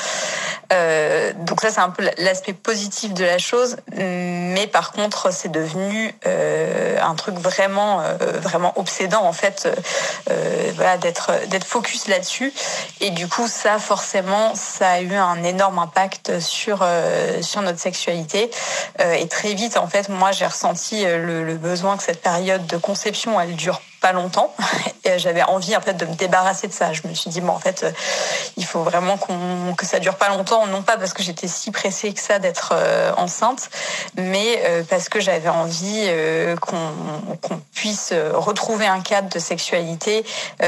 Donc ça, c'est un peu l'aspect positif de la chose, mais par contre, c'est devenu un truc vraiment obsédant, en fait, d'être focus là-dessus. Et du coup, ça, forcément, ça a eu un énorme impact sur notre sexualité. Et très vite, en fait, moi, j'ai ressenti le besoin que cette période de conception, elle dure pas longtemps, et j'avais envie en fait de me débarrasser de ça. Je me suis dit en fait il faut vraiment que ça dure pas longtemps, non pas parce que j'étais si pressée que ça d'être enceinte, mais parce que j'avais envie qu'on puisse retrouver un cadre de sexualité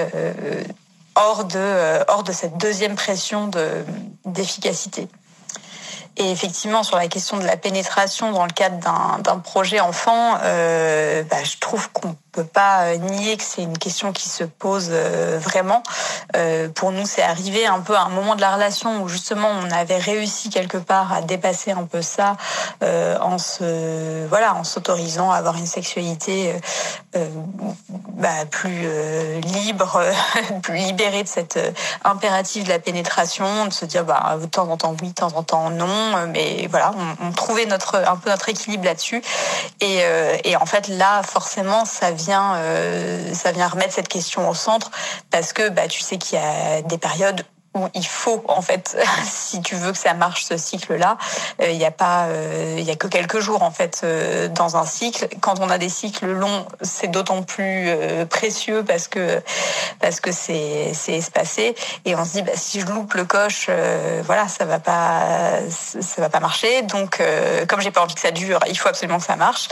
hors de cette deuxième pression d'efficacité. Et effectivement, sur la question de la pénétration dans le cadre d'un projet enfant, je trouve qu'on peut pas nier que c'est une question qui se pose vraiment. Pour nous, c'est arrivé un peu à un moment de la relation où justement on avait réussi quelque part à dépasser un peu ça en s'autorisant à avoir une sexualité plus libre, plus libérée de cet impératif de la pénétration, de se dire de temps en temps oui, de temps en temps non, mais voilà, on trouvait un peu notre équilibre là-dessus, et en fait là forcément ça vient remettre cette question au centre, parce que tu sais qu'il y a des périodes où il faut, en fait, si tu veux que ça marche, ce cycle-là, il y a que quelques jours, en fait, dans un cycle. Quand on a des cycles longs, c'est d'autant plus précieux parce que c'est espacé, et on se dit si je loupe le coche, ça va pas marcher. Donc comme j'ai pas envie que ça dure, il faut absolument que ça marche.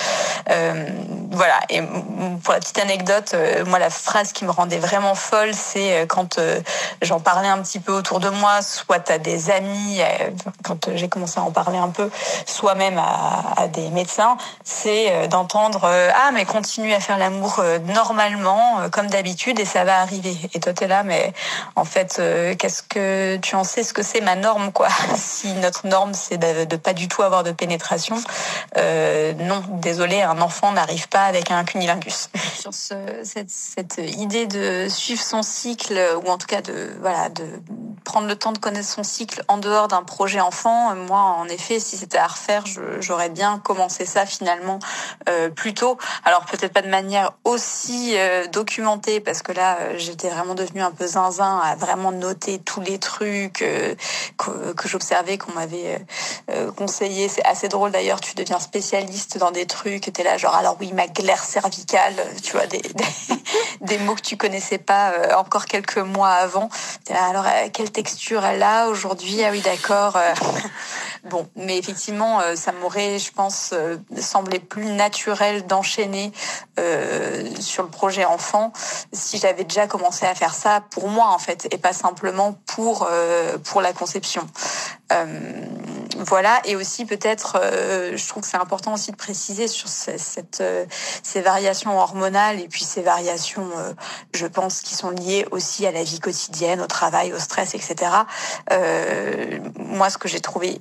Et pour la petite anecdote, moi la phrase qui me rendait vraiment folle, c'est quand j'en parlais un petit peu autour de moi, soit à des amis, quand j'ai commencé à en parler un peu, soit même à des médecins, c'est d'entendre ah mais continue à faire l'amour normalement, comme d'habitude, et ça va arriver. Et toi t'es là, mais en fait qu'est-ce que tu en sais, ce que c'est ma norme, quoi? Si notre norme c'est de pas du tout avoir de pénétration, non, désolé, un enfant n'arrive pas avec un cunnilingus. Sur cette idée de suivre son cycle, ou en tout cas de prendre le temps de connaître son cycle en dehors d'un projet enfant, moi en effet, si c'était à refaire, j'aurais bien commencé ça finalement plus tôt. Alors peut-être pas de manière aussi documentée, parce que là j'étais vraiment devenue un peu zinzin à vraiment noter tous les trucs que j'observais, qu'on m'avait conseillé. C'est assez drôle d'ailleurs, tu deviens spécialiste dans des trucs, t'es là genre alors oui, ma glaire cervicale, tu vois, des mots que tu connaissais pas encore quelques mois avant. T'es là, alors quelle texture elle a aujourd'hui? Ah oui, d'accord. Bon, mais effectivement, ça m'aurait, je pense, semblé plus naturel d'enchaîner sur le projet enfant si j'avais déjà commencé à faire ça pour moi, en fait, et pas simplement pour la conception. Et aussi peut-être, je trouve que c'est important aussi de préciser sur ces variations hormonales, et puis ces variations, je pense, qui sont liées aussi à la vie quotidienne, au travail, au stress, etc. Moi, ce que j'ai trouvé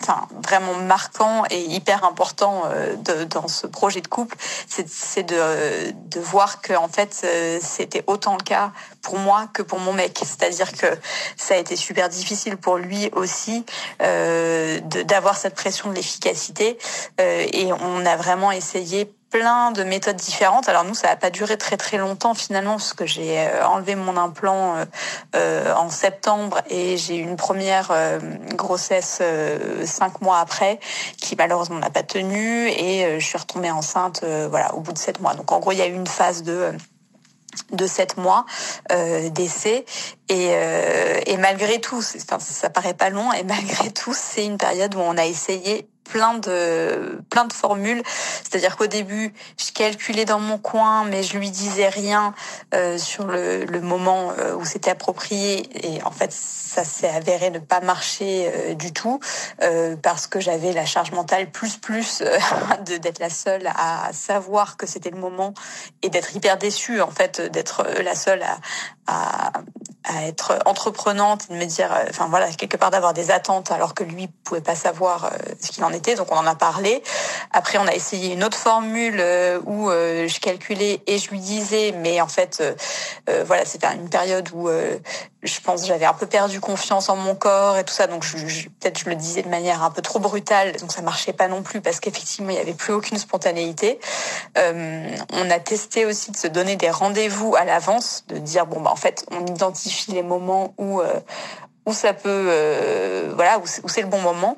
vraiment marquant et hyper important dans ce projet de couple, c'est de voir que en fait c'était autant le cas pour moi que pour mon mec. C'est-à-dire que ça a été super difficile pour lui aussi d'avoir cette pression de l'efficacité et on a vraiment essayé plein de méthodes différentes. Alors nous, ça n'a pas duré très très longtemps finalement, parce que j'ai enlevé mon implant en septembre et j'ai eu une première grossesse 5 mois après, qui malheureusement n'a pas tenu, et je suis retombée enceinte au bout de 7 mois. Donc en gros, il y a eu une phase de 7 mois d'essai et malgré tout, ça paraît pas long, et malgré tout, c'est une période où on a essayé plein de formules. C'est-à-dire qu'au début, je calculais dans mon coin, mais je lui disais rien sur le moment où c'était approprié. Et en fait, ça s'est avéré ne pas marcher du tout parce que j'avais la charge mentale plus d'être la seule à savoir que c'était le moment et d'être hyper déçue, en fait, d'être la seule à être entreprenante et de me dire, quelque part d'avoir des attentes alors que lui pouvait pas savoir ce qu'il en était. Donc on en a parlé. Après on a essayé une autre formule où je calculais et je lui disais, mais en fait c'était une période où je pense que j'avais un peu perdu confiance en mon corps et tout ça, donc peut-être je le disais de manière un peu trop brutale, donc ça marchait pas non plus parce qu'effectivement il y avait plus aucune spontanéité. On a testé aussi de se donner des rendez-vous à l'avance, de dire en fait on identifie les moments où ça peut où c'est le bon moment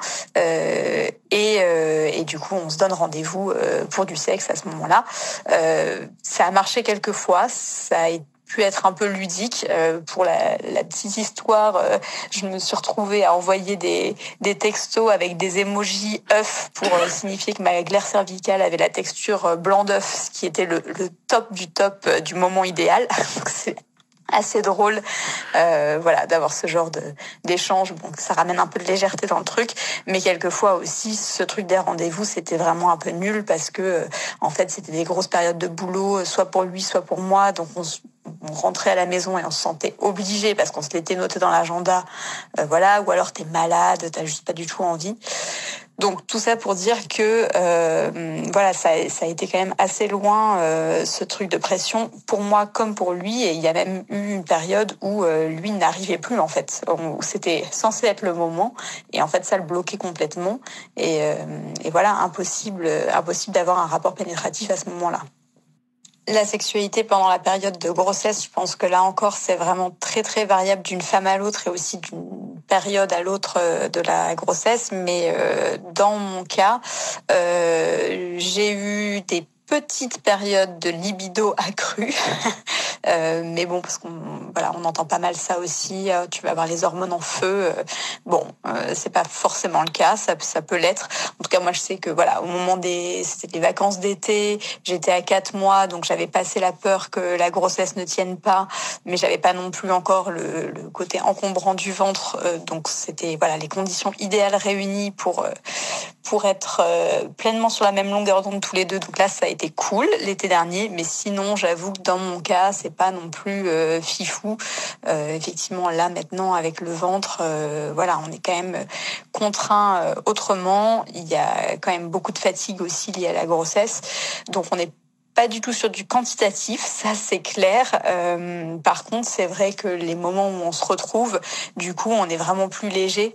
et du coup on se donne rendez-vous pour du sexe à ce moment-là. Ça a marché quelques fois, ça a pu être un peu ludique. Pour la petite histoire, je me suis retrouvée à envoyer des textos avec des emojis œufs pour signifier que ma glaire cervicale avait la texture blanc d'œuf, ce qui était le top du moment idéal. C'est assez drôle d'avoir ce genre d'échange. Bon, ça ramène un peu de légèreté dans le truc, mais quelquefois aussi ce truc des rendez-vous, c'était vraiment un peu nul parce que en fait c'était des grosses périodes de boulot, soit pour lui soit pour moi, donc on rentrait à la maison et on se sentait obligé parce qu'on se l'était noté dans l'agenda, ou alors t'es malade, t'as juste pas du tout envie. Donc tout ça pour dire que ça a été quand même assez loin ce truc de pression pour moi comme pour lui, et il y a même eu une période où lui n'arrivait plus en fait. C'était censé être le moment et en fait ça le bloquait complètement et impossible d'avoir un rapport pénétratif à ce moment-là. La sexualité pendant la période de grossesse, je pense que là encore, c'est vraiment très très variable d'une femme à l'autre et aussi d'une période à l'autre de la grossesse. Mais dans mon cas, j'ai eu des petites périodes de libido accrue. Mais bon, parce on entend pas mal ça aussi. Tu vas avoir les hormones en feu. C'est pas forcément le cas. Ça peut l'être. En tout cas, moi, je sais que au moment c'était les vacances d'été. J'étais à 4 mois, donc j'avais passé la peur que la grossesse ne tienne pas, mais j'avais pas non plus encore le côté encombrant du ventre. Donc c'était les conditions idéales réunies pour être pleinement sur la même longueur d'onde tous les deux. Donc là, ça a été cool l'été dernier, mais sinon, j'avoue que dans mon cas, c'est pas non plus fifou. Effectivement, là maintenant avec le ventre, on est quand même contraint autrement. Il y a quand même beaucoup de fatigue aussi liée à la grossesse, donc on est pas du tout sur du quantitatif, ça c'est clair. Par contre, c'est vrai que les moments où on se retrouve, du coup, on est vraiment plus léger.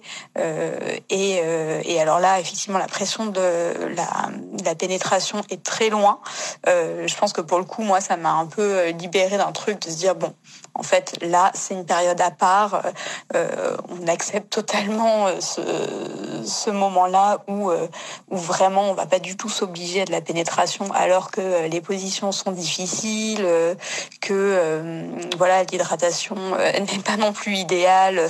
Et alors là, effectivement, la pression de la pénétration est très loin. Je pense que pour le coup, moi, ça m'a un peu libérée d'un truc de se dire en fait, là, c'est une période à part. On accepte totalement ce moment-là où vraiment on va pas du tout s'obliger à de la pénétration, alors que les positions sont difficiles, que l'hydratation n'est pas non plus idéale.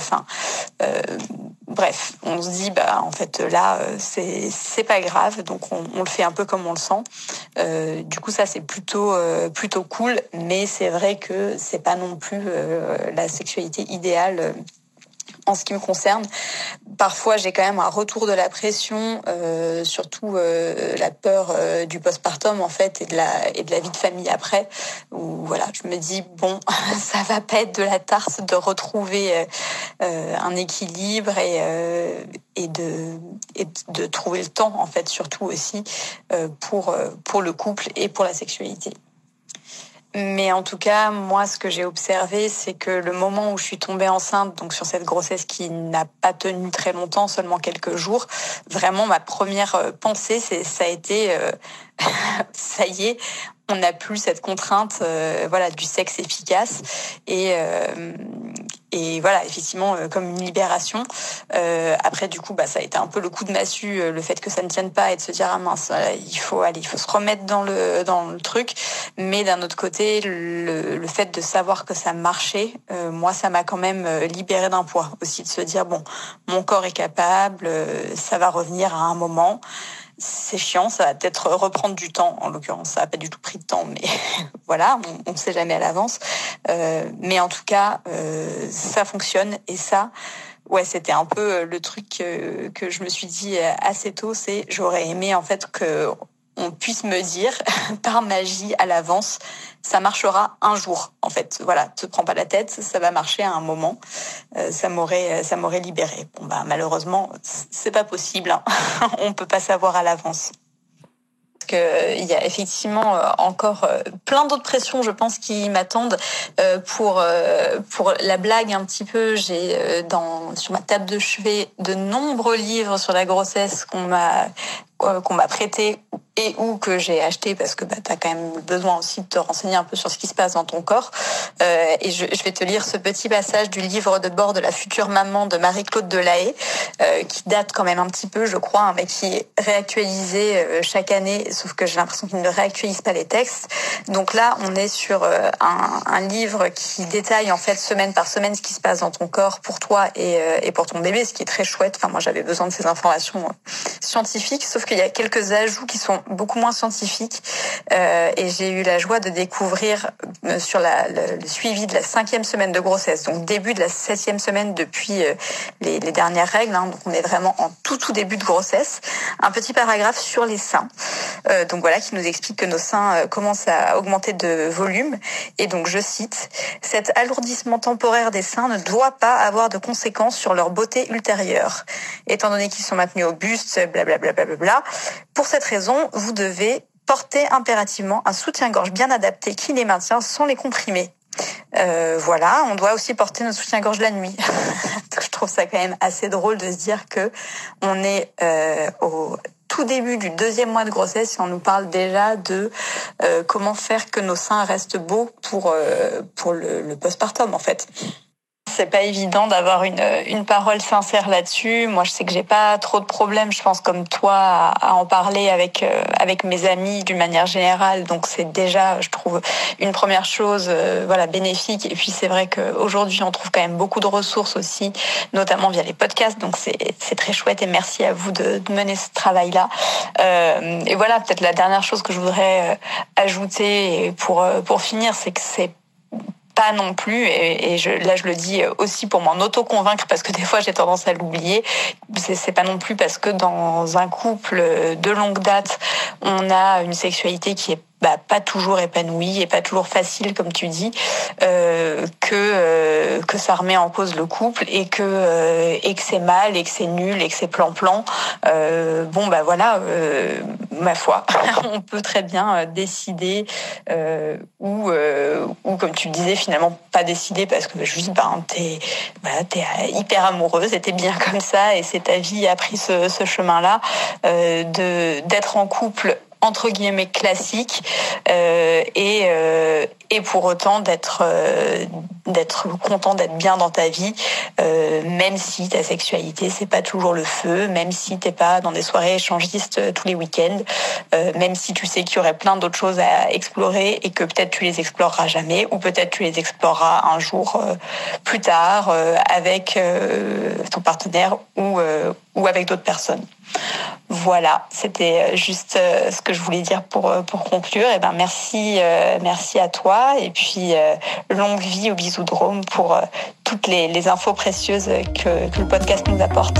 Bref, on se dit en fait là c'est pas grave, donc on le fait un peu comme on le sent. Du coup ça c'est plutôt cool, mais c'est vrai que c'est pas non plus la sexualité idéale En ce qui me concerne, parfois j'ai quand même un retour de la pression, surtout la peur du postpartum en fait et de la vie de famille après. Où voilà, je me dis bon, ça va pas être de la tarse de retrouver un équilibre et de trouver le temps en fait, surtout aussi pour le couple et pour la sexualité. Mais en tout cas, moi, ce que j'ai observé, c'est que le moment où je suis tombée enceinte, donc sur cette grossesse qui n'a pas tenu très longtemps, seulement quelques jours, vraiment ma première pensée, ça a été ça y est, on n'a plus cette contrainte du sexe efficace et voilà, effectivement, comme une libération. Après, du coup, ça a été un peu le coup de massue, le fait que ça ne tienne pas et de se dire ah mince, il faut se remettre dans le truc. Mais d'un autre côté, le fait de savoir que ça marchait, moi, ça m'a quand même libérée d'un poids aussi, de se dire bon, mon corps est capable, ça va revenir à un moment. C'est chiant, ça va peut-être reprendre du temps. En l'occurrence, ça n'a pas du tout pris de temps, mais voilà, on ne sait jamais à l'avance. Mais en tout cas, ça fonctionne. Et ça, ouais, c'était un peu le truc que je me suis dit assez tôt, c'est j'aurais aimé en fait qu'on puisse me dire par magie à l'avance, ça marchera un jour. En fait, voilà, te prends pas la tête, ça va marcher à un moment. Ça m'aurait libérée. Bon malheureusement, c'est pas possible. Hein. On peut pas savoir à l'avance. Parce que il y a effectivement encore plein d'autres pressions, je pense, qui m'attendent. Pour la blague un petit peu, j'ai sur ma table de chevet de nombreux livres sur la grossesse qu'on m'a prêté et ou que j'ai acheté parce que t'as quand même besoin aussi de te renseigner un peu sur ce qui se passe dans ton corps. Et je vais te lire ce petit passage du livre de bord de la future maman de Marie-Claude Delahaye, qui date quand même un petit peu, je crois, mais qui est réactualisé chaque année, sauf que j'ai l'impression qu'il ne réactualise pas les textes. Donc là, on est sur un livre qui détaille en fait semaine par semaine ce qui se passe dans ton corps pour toi et pour ton bébé, ce qui est très chouette. Enfin, moi, j'avais besoin de ces informations scientifiques, sauf qu'il y a quelques ajouts qui sont beaucoup moins scientifiques. Et j'ai eu la joie de découvrir sur le suivi de la 5e semaine de grossesse, donc début de la 7e semaine depuis les dernières règles, hein, donc on est vraiment en tout début de grossesse, un petit paragraphe sur les seins, donc voilà, qui nous explique que nos seins commencent à augmenter de volume. Et donc je cite: cet alourdissement temporaire des seins ne doit pas avoir de conséquences sur leur beauté ultérieure, étant donné qu'ils sont maintenus au buste, blablabla. Pour cette raison, vous devez porter impérativement un soutien-gorge bien adapté qui les maintient sans les comprimer. Voilà, on doit aussi porter notre soutien-gorge la nuit. Je trouve ça quand même assez drôle de se dire que on est au tout début du 2e mois de grossesse et on nous parle déjà de comment faire que nos seins restent beaux pour le postpartum en fait. C'est pas évident d'avoir une parole sincère là-dessus. Moi, je sais que j'ai pas trop de problèmes, je pense, comme toi, à en parler avec mes amis d'une manière générale. Donc, c'est déjà, je trouve, une première chose, bénéfique. Et puis, c'est vrai qu'aujourd'hui, on trouve quand même beaucoup de ressources aussi, notamment via les podcasts. Donc, c'est très chouette et merci à vous de mener ce travail-là. Et voilà, peut-être la dernière chose que je voudrais ajouter pour finir, c'est que c'est pas non plus, et je le dis aussi pour m'en auto-convaincre, parce que des fois j'ai tendance à l'oublier, c'est pas non plus parce que dans un couple de longue date, on a une sexualité qui est pas toujours épanouie et pas toujours facile, comme tu dis, que ça remet en cause le couple et que c'est mal et que c'est nul et que c'est plan-plan. Ma foi, on peut très bien décider ou comme tu le disais, finalement pas décider parce que juste t'es hyper amoureuse et t'es bien comme ça et c'est ta vie a pris ce chemin-là d'être en couple entre guillemets classique et pour autant d'être content d'être bien dans ta vie, même si ta sexualité c'est pas toujours le feu, même si t'es pas dans des soirées échangistes tous les week-ends, même si tu sais qu'il y aurait plein d'autres choses à explorer et que peut-être tu les exploreras jamais ou peut-être tu les exploreras un jour plus tard avec ton partenaire ou avec d'autres personnes. Voilà, c'était juste ce que je voulais dire pour conclure. Et merci à toi et puis longue vie aux bisous. Bisoudrome pour toutes les infos précieuses que le podcast nous apporte.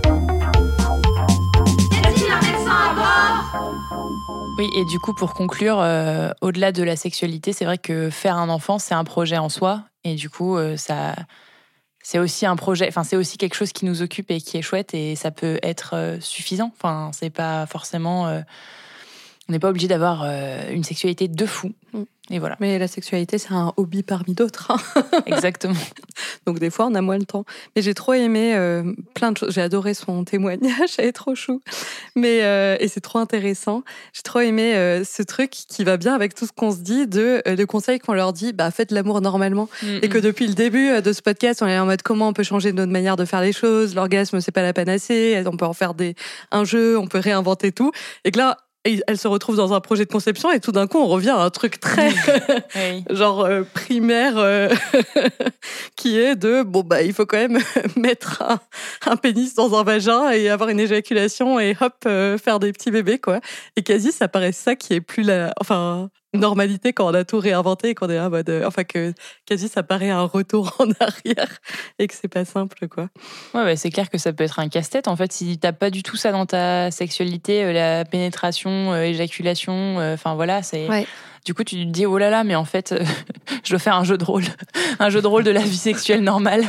Oui, et du coup, pour conclure, au-delà de la sexualité, c'est vrai que faire un enfant, c'est un projet en soi. Et du coup, c'est aussi un projet, enfin, c'est aussi quelque chose qui nous occupe et qui est chouette. Et ça peut être suffisant. Enfin, c'est pas forcément. On n'est pas obligé d'avoir une sexualité de fou. Et voilà. Mais la sexualité, c'est un hobby parmi d'autres. Exactement. Donc des fois, on a moins le temps. Mais j'ai trop aimé plein de choses. J'ai adoré son témoignage, elle est trop chou. Et c'est trop intéressant. J'ai trop aimé ce truc qui va bien avec tout ce qu'on se dit, le conseil qu'on leur dit, faites l'amour normalement. Et que depuis le début de ce podcast, on est en mode comment on peut changer notre manière de faire les choses. L'orgasme, c'est pas la panacée. On peut en faire un jeu, on peut réinventer tout. Et que là, elle se retrouve dans un projet de conception et tout d'un coup, on revient à un truc très primaire qui est il faut quand même mettre un pénis dans un vagin et avoir une éjaculation et hop, faire des petits bébés, quoi. Et quasi, ça paraît ça qui est plus normalité quand on a tout réinventé et qu'on est en mode... que quasi ça paraît un retour en arrière et que c'est pas simple, quoi. Ouais, c'est clair que ça peut être un casse-tête. En fait, si t'as pas du tout ça dans ta sexualité, la pénétration, éjaculation, c'est... Ouais. Du coup, tu te dis, oh là là, mais en fait, je dois faire un jeu de rôle. Un jeu de rôle de la vie sexuelle normale.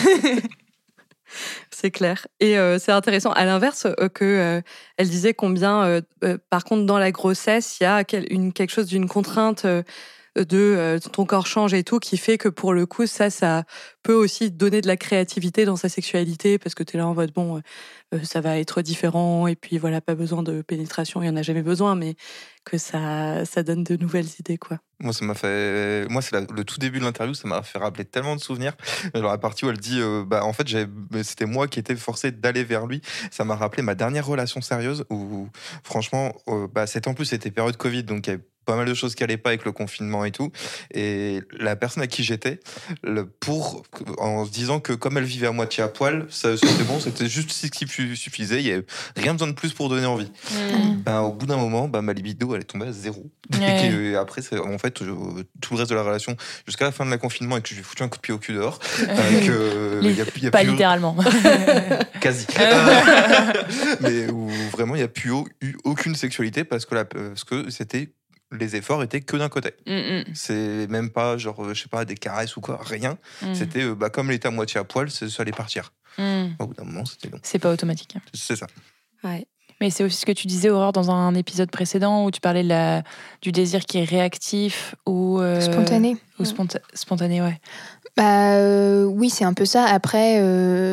C'est clair. Et c'est intéressant. À l'inverse, elle disait combien, par contre, dans la grossesse, il y a quelque chose d'une contrainte ton corps change et tout, qui fait que pour le coup, ça peut aussi donner de la créativité dans sa sexualité, parce que t'es là en mode, ça va être différent, et puis voilà, pas besoin de pénétration, il y en a jamais besoin, mais que ça donne de nouvelles idées, quoi. Moi, c'est le tout début de l'interview, ça m'a fait rappeler tellement de souvenirs. Genre la partie où elle dit, en fait, c'était moi qui étais forcé d'aller vers lui. Ça m'a rappelé ma dernière relation sérieuse où, franchement, c'était période Covid, donc il y avait pas mal de choses qui allaient pas avec le confinement et tout. Et la personne à qui j'étais, en se disant que comme elle vivait à moitié à poil, c'était bon, c'était juste ce qui suffisait. Il y avait rien besoin de plus pour donner envie. Au bout d'un moment, ma libido, elle est tombée à 0. Et après, en fait, tout le reste de la relation, jusqu'à la fin de la confinement, et que je lui ai foutu un coup de pied au cul dehors. Pas littéralement. Quasi. Mais où vraiment, il n'y a plus eu aucune sexualité parce que c'était... Les efforts étaient que d'un côté. C'est même pas des caresses ou quoi, rien. C'était comme elle était à moitié à poil, ça allait partir. Au bout d'un moment, c'était long. C'est pas automatique. C'est ça. Ouais. Mais c'est aussi ce que tu disais, Aurore, dans un épisode précédent où tu parlais du désir qui est réactif ou spontané. Ou spontané, ouais. Oui, c'est un peu ça. Après,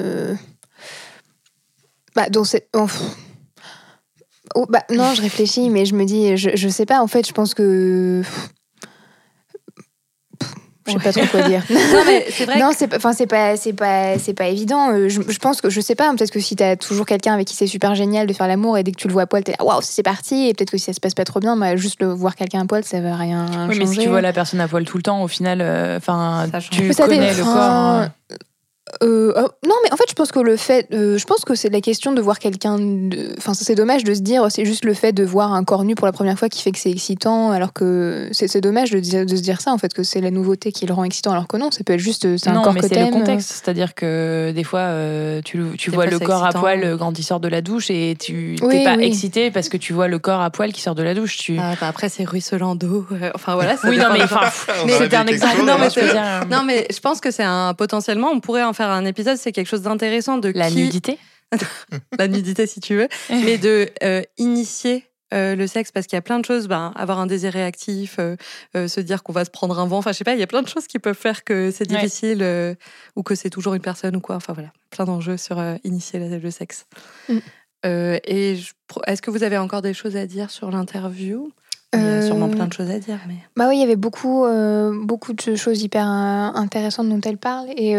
donc c'est. Non, je réfléchis, mais je me dis, je sais pas, en fait, je pense que... Je sais pas trop quoi dire. Non, mais c'est vrai. Non, c'est pas évident. Je pense que, je sais pas, peut-être que si t'as toujours quelqu'un avec qui c'est super génial de faire l'amour et dès que tu le vois à poil, t'es là, waouh, c'est parti. Et peut-être que si ça se passe pas trop bien, juste voir quelqu'un à poil, ça va rien changer. Oui, mais si tu vois la personne à poil tout le temps, au final, tu ça connais le corps. Non, mais en fait, je pense que c'est la question de voir quelqu'un. C'est dommage de se dire, c'est juste le fait de voir un corps nu pour la première fois qui fait que c'est excitant, alors que c'est dommage de se dire ça, en fait, que c'est la nouveauté qui le rend excitant, alors que non, ça peut être juste, c'est un corps que t'aimes. Non, mais c'est le contexte, c'est-à-dire que des fois, tu vois le corps à poil quand il sort de la douche et tu t'es pas excité parce que tu vois le corps à poil qui sort de la douche. Après, c'est ruisselant d'eau. Voilà. Oui, non, mais c'était un exemple. Non, mais je pense que c'est potentiellement, on pourrait en faire un épisode, c'est quelque chose d'intéressant de nudité. La nudité, si tu veux, mais de initier le sexe, parce qu'il y a plein de choses, avoir un désir réactif, se dire qu'on va se prendre un vent, je sais pas, il y a plein de choses qui peuvent faire que c'est difficile ou que c'est toujours une personne ou quoi, voilà, plein d'enjeux sur initier le sexe. Est-ce que vous avez encore des choses à dire sur l'interview ? Il y a sûrement plein de choses à dire. Mais... oui, il y avait beaucoup de choses hyper intéressantes dont elle parle. Et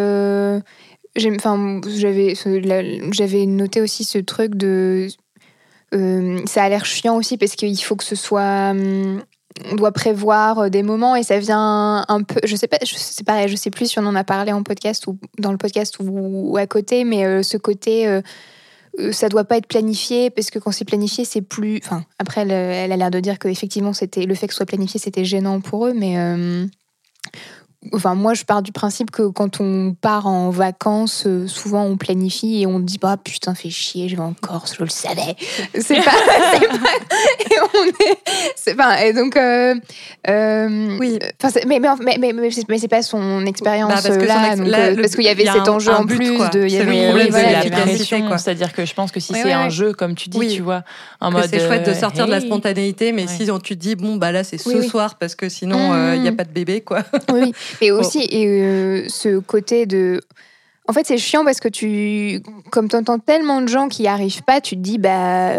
j'avais noté aussi ce truc de... ça a l'air chiant aussi parce qu'il faut que ce soit... on doit prévoir des moments et ça vient un peu... Je sais pas, c'est pareil, je sais plus si on en a parlé en podcast ou dans le podcast ou à côté, mais ce côté... ça doit pas être planifié parce que quand c'est planifié c'est plus... après elle a l'air de dire que effectivement c'était le fait que ce soit planifié c'était gênant pour eux, mais Enfin, moi, je pars du principe que quand on part en vacances, souvent on planifie et on dit bah putain, fais chier, je vais en Corse, je le savais. C'est pas. Et on est. C'est pas. Et donc. Oui. Mais c'est pas son expérience Bah, parce que là, son donc, parce qu'il y avait il y a cet enjeu en but, plus quoi. de. Il y C'est avait le problème, voilà, c'est il y avait l'efficacité, pression, quoi. c'est-à-dire que je pense que si Ouais, c'est un ouais. jeu, comme tu dis, Oui. tu vois, en Que mode. c'est chouette de sortir de la hey. spontanéité, mais Ouais. si tu te dis, bon, bah là, c'est ce Oui. soir, parce que sinon, il n'y a pas de bébé, quoi. Oui, mais aussi ce côté de. En fait, c'est chiant parce que comme tu entends tellement de gens qui n'y arrivent pas, tu te dis, bah.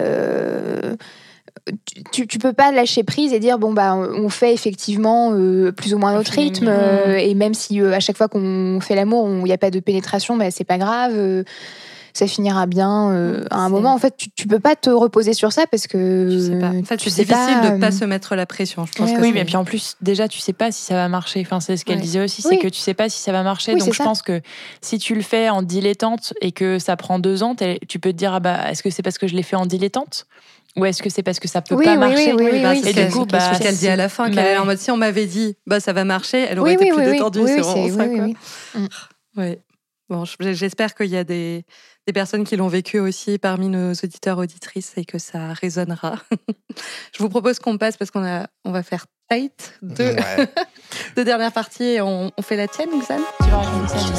Tu peux pas lâcher prise et dire, bon, bah, on fait effectivement plus ou moins notre rythme. Et même si à chaque fois qu'on fait l'amour, il n'y a pas de pénétration, bah, c'est pas grave. Ça finira bien à un moment. En fait, tu peux pas te reposer sur ça parce que. Tu sais pas. En fait, c'est difficile de pas se mettre la pression. Je pense que oui, mais puis en plus, déjà, tu sais pas si ça va marcher. Enfin, c'est ce qu'elle disait aussi, c'est que tu sais pas si ça va marcher. Oui, donc, c'est je ça. pense que si tu le fais en dilettante et que ça prend 2 ans, tu peux te dire, ah bah, est-ce que c'est parce que je l'ai fait en dilettante ou est-ce que c'est parce que ça peut pas marcher et du coup, c'est ce qu'elle dit à la fin, qu'elle est en mode si on m'avait dit, bah ça va marcher, elle aurait été plus détendue. C'est vraiment ça, quoi. Oui. Bon, j'espère qu'il y a des personnes qui l'ont vécu aussi parmi nos auditeurs auditrices et que ça résonnera. Je vous propose qu'on passe parce qu'on va faire tight deux dernières parties et on fait la tienne, Xan. Tu vas raconter ça.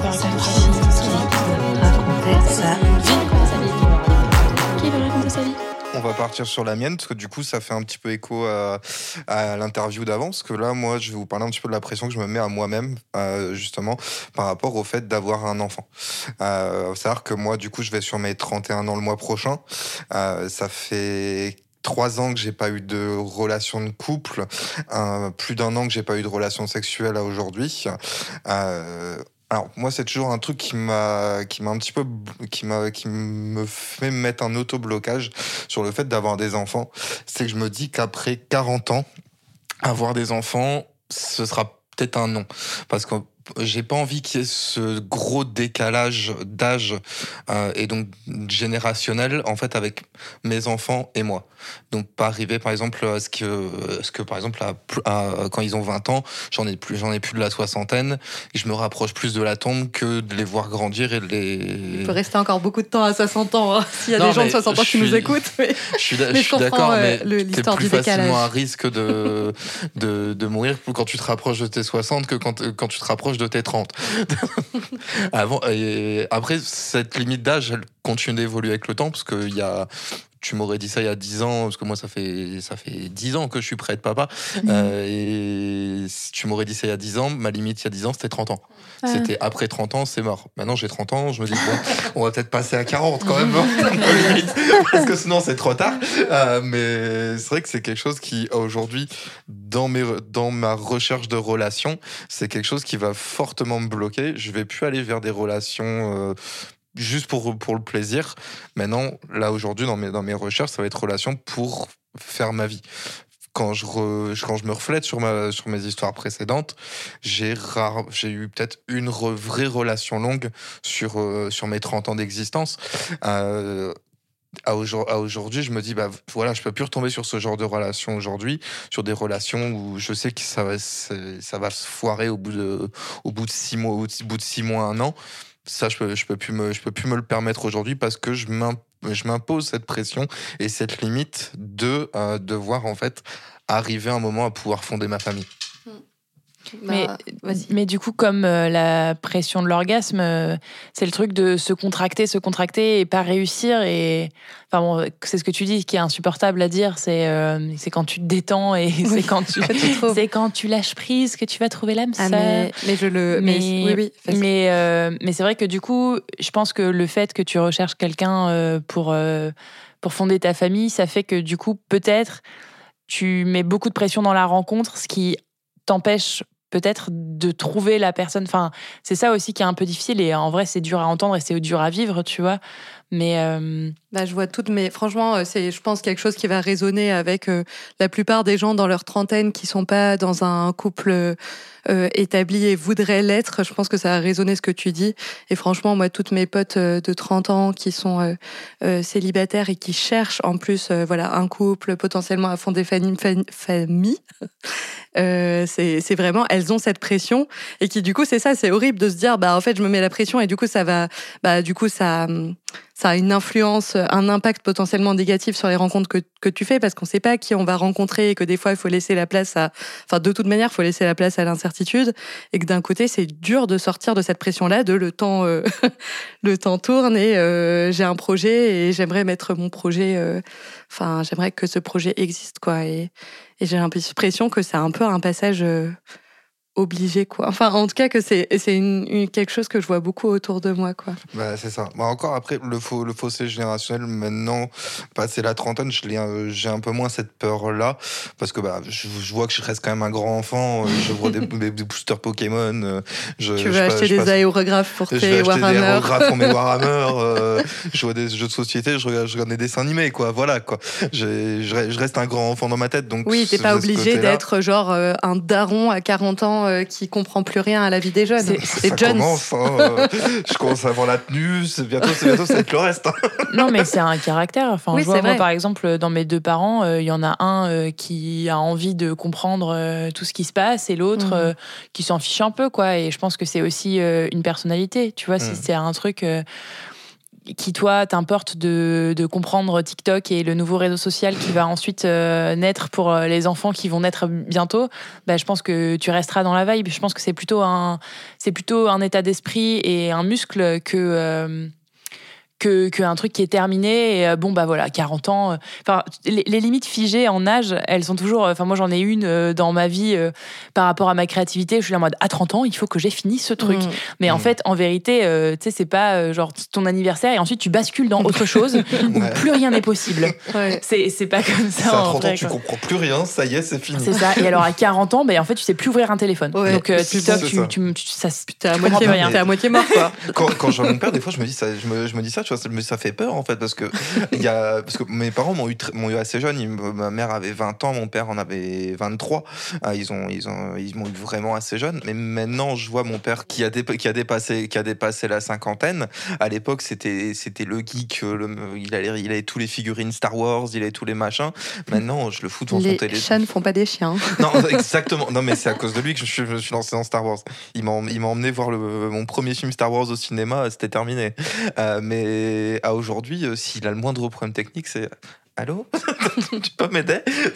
Qui va raconter sa vie? On va partir sur la mienne, parce que du coup, ça fait un petit peu écho à l'interview d'avant, parce que là, moi, je vais vous parler un petit peu de la pression que je me mets à moi-même, justement, par rapport au fait d'avoir un enfant. C'est-à-dire que moi, du coup, je vais sur mes 31 ans le mois prochain. Ça fait 3 ans que j'ai pas eu de relation de couple, plus d'1 an que j'ai pas eu de relation sexuelle à aujourd'hui. Alors moi c'est toujours un truc qui me fait mettre un auto-blocage sur le fait d'avoir des enfants. C'est que je me dis qu'après 40 ans, avoir des enfants, ce sera peut-être un non. Parce que j'ai pas envie qu'il y ait ce gros décalage d'âge et donc générationnel en fait avec mes enfants et moi. Donc pas arriver par exemple à ce que par exemple quand ils ont 20 ans, j'en ai plus de la soixantaine et je me rapproche plus de la tombe que de les voir grandir et de les. Il peut rester encore beaucoup de temps à 60 ans hein, s'il y a des gens de 60 ans qui nous écoutent. Mais je suis d'accord, mais t'es plus facilement à risque de mourir quand tu te rapproches de tes 60 que quand tu te rapproches de tes 30. Après, cette limite d'âge, elle continue d'évoluer avec le temps, parce que tu m'aurais dit ça il y a 10 ans, parce que moi, ça fait 10 ans que je suis prêt à être papa. Et si tu m'aurais dit ça il y a 10 ans, ma limite il y a 10 ans, c'était 30 ans. C'était après 30 ans, c'est mort. Maintenant, j'ai 30 ans, je me dis, bon, on va peut-être passer à 40 quand même, parce que sinon, c'est trop tard. Mais c'est vrai que c'est quelque chose qui, aujourd'hui, dans ma recherche de relations, c'est quelque chose qui va fortement me bloquer. Je vais plus aller vers des relations juste pour le plaisir. Maintenant, là, aujourd'hui, dans mes recherches, ça va être relation pour faire ma vie. Quand je me reflète sur mes histoires précédentes, j'ai eu peut-être une vraie relation longue sur mes 30 ans d'existence. À aujourd'hui, je me dis, bah voilà, je peux plus retomber sur ce genre de relation aujourd'hui, sur des relations où je sais que ça va se foirer au bout de 6 mois, au bout de 6 mois, 1 an. Ça, je peux plus me le permettre aujourd'hui parce que je m'impose cette pression et cette limite de devoir en fait arriver un moment à pouvoir fonder ma famille. Mais du coup, comme la pression de l'orgasme, c'est le truc de se contracter et pas réussir. Et enfin bon, c'est ce que tu dis qui est insupportable à dire. C'est quand tu te détends et c'est quand tu lâches prise que tu vas trouver l'âme sœur. Mais c'est vrai que du coup, je pense que le fait que tu recherches quelqu'un pour fonder ta famille, ça fait que du coup, peut-être, tu mets beaucoup de pression dans la rencontre, ce qui t'empêche peut-être de trouver la personne. Enfin, c'est ça aussi qui est un peu difficile et en vrai, c'est dur à entendre et c'est dur à vivre, tu vois. Mais Là, je vois toutes mes. Franchement, c'est, je pense, quelque chose qui va résonner avec la plupart des gens dans leur trentaine qui sont pas dans un couple établi et voudraient l'être. Je pense que ça va résonner ce que tu dis. Et franchement, moi, toutes mes potes de 30 ans qui sont célibataires et qui cherchent en plus, voilà, un couple potentiellement à fonder famille. C'est vraiment, elles ont cette pression et qui du coup c'est ça, c'est horrible de se dire en fait je me mets la pression et du coup ça va, du coup ça a une influence, un impact potentiellement négatif sur les rencontres que tu fais parce qu'on sait pas qui on va rencontrer et que des fois il faut laisser la place de toute manière il faut laisser la place à l'incertitude et que d'un côté c'est dur de sortir de cette pression-là, de le temps tourne et j'ai un projet et j'aimerais mettre mon projet, j'aimerais que ce projet existe quoi et j'ai l'impression que c'est un peu un passage obligé quoi. Enfin en tout cas que c'est quelque chose que je vois beaucoup autour de moi quoi. C'est ça. Encore après le fossé générationnel maintenant passé la trentaine, j'ai un peu moins cette peur là parce que je vois que je reste quand même un grand enfant, je vois des boosters Pokémon, tu veux acheter des aérographes pour tes Warhammer. Des aérographes pour mes Warhammer, je vois des jeux de société, je regarde des dessins animés quoi, voilà quoi. Je reste un grand enfant dans ma tête donc oui, t'es pas obligé d'être genre un daron à 40 ans qui comprend plus rien à la vie des jeunes. Ça commence, je commence à avoir la tenue, bientôt ça va être le reste. Non, mais c'est un caractère. Enfin, oui, je vois, moi, par exemple, dans mes 2 parents, il y en a un qui a envie de comprendre tout ce qui se passe et l'autre qui s'en fiche un peu, quoi. Et je pense que c'est aussi une personnalité. Tu vois, si c'est un truc qui, toi, t'importe de comprendre TikTok et le nouveau réseau social qui va ensuite naître pour les enfants qui vont naître bientôt, je pense que tu resteras dans la vibe. Je pense que c'est plutôt un état d'esprit et un muscle qu'un truc qui est terminé et voilà 40 ans les limites figées en âge elles sont toujours moi j'en ai une dans ma vie par rapport à ma créativité, je suis là en mode à 30 ans il faut que j'ai fini ce truc mais en fait en vérité tu sais c'est pas genre ton anniversaire et ensuite tu bascules dans autre chose où plus rien n'est possible. C'est pas comme ça. À 30 ans tu comprends plus rien, ça y est c'est fini. C'est ça. Et alors à 40 ans en fait tu sais plus ouvrir un téléphone. Donc TikTok t'es à moitié mort quoi. Quand je vois mon père des fois je me dis ça ça fait peur en fait parce que mes parents m'ont eu assez jeune, ma mère avait 20 ans, mon père en avait 23. Ils m'ont eu vraiment assez jeune, mais maintenant je vois mon père qui a dépassé la cinquantaine. À l'époque c'était le geek, il avait tous les figurines Star Wars, il avait tous les machins. Maintenant je le fous devant son télé. Les chats ne font pas des chiens. Non exactement, non mais c'est à cause de lui que je me suis lancé dans Star Wars. Il m'a emmené voir mon premier film Star Wars au cinéma, c'était terminé. Mais à aujourd'hui, s'il a le moindre problème technique, c'est allô, tu peux m'aider?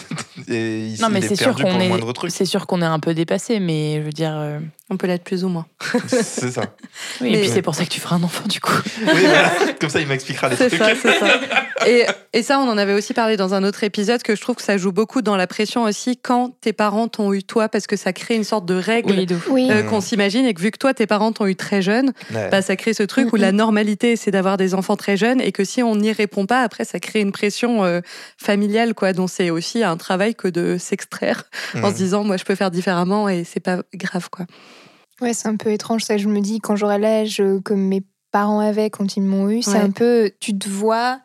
Et non, mais c'est sûr qu'on moindre truc. C'est sûr qu'on est un peu dépassé, mais je veux dire, on peut l'être plus ou moins. C'est ça. Oui, et puis c'est pour ça que tu feras un enfant du coup. Oui, voilà. Comme ça, il m'expliquera les trucs. C'est ça. Et ça, on en avait aussi parlé dans un autre épisode que je trouve que ça joue beaucoup dans la pression aussi quand tes parents t'ont eu toi, parce que ça crée une sorte de règle qu'on s'imagine et que vu que toi, tes parents t'ont eu très jeune, ça crée ce truc où la normalité c'est d'avoir des enfants très jeunes et que si on n'y répond pas, après ça crée une pression familiale quoi, dont c'est aussi un travail que de s'extraire en se disant moi je peux faire différemment et c'est pas grave quoi. Ouais, c'est un peu étrange ça, je me dis quand j'aurai l'âge que mes parents avaient quand ils m'ont eu, c'est un peu, tu te vois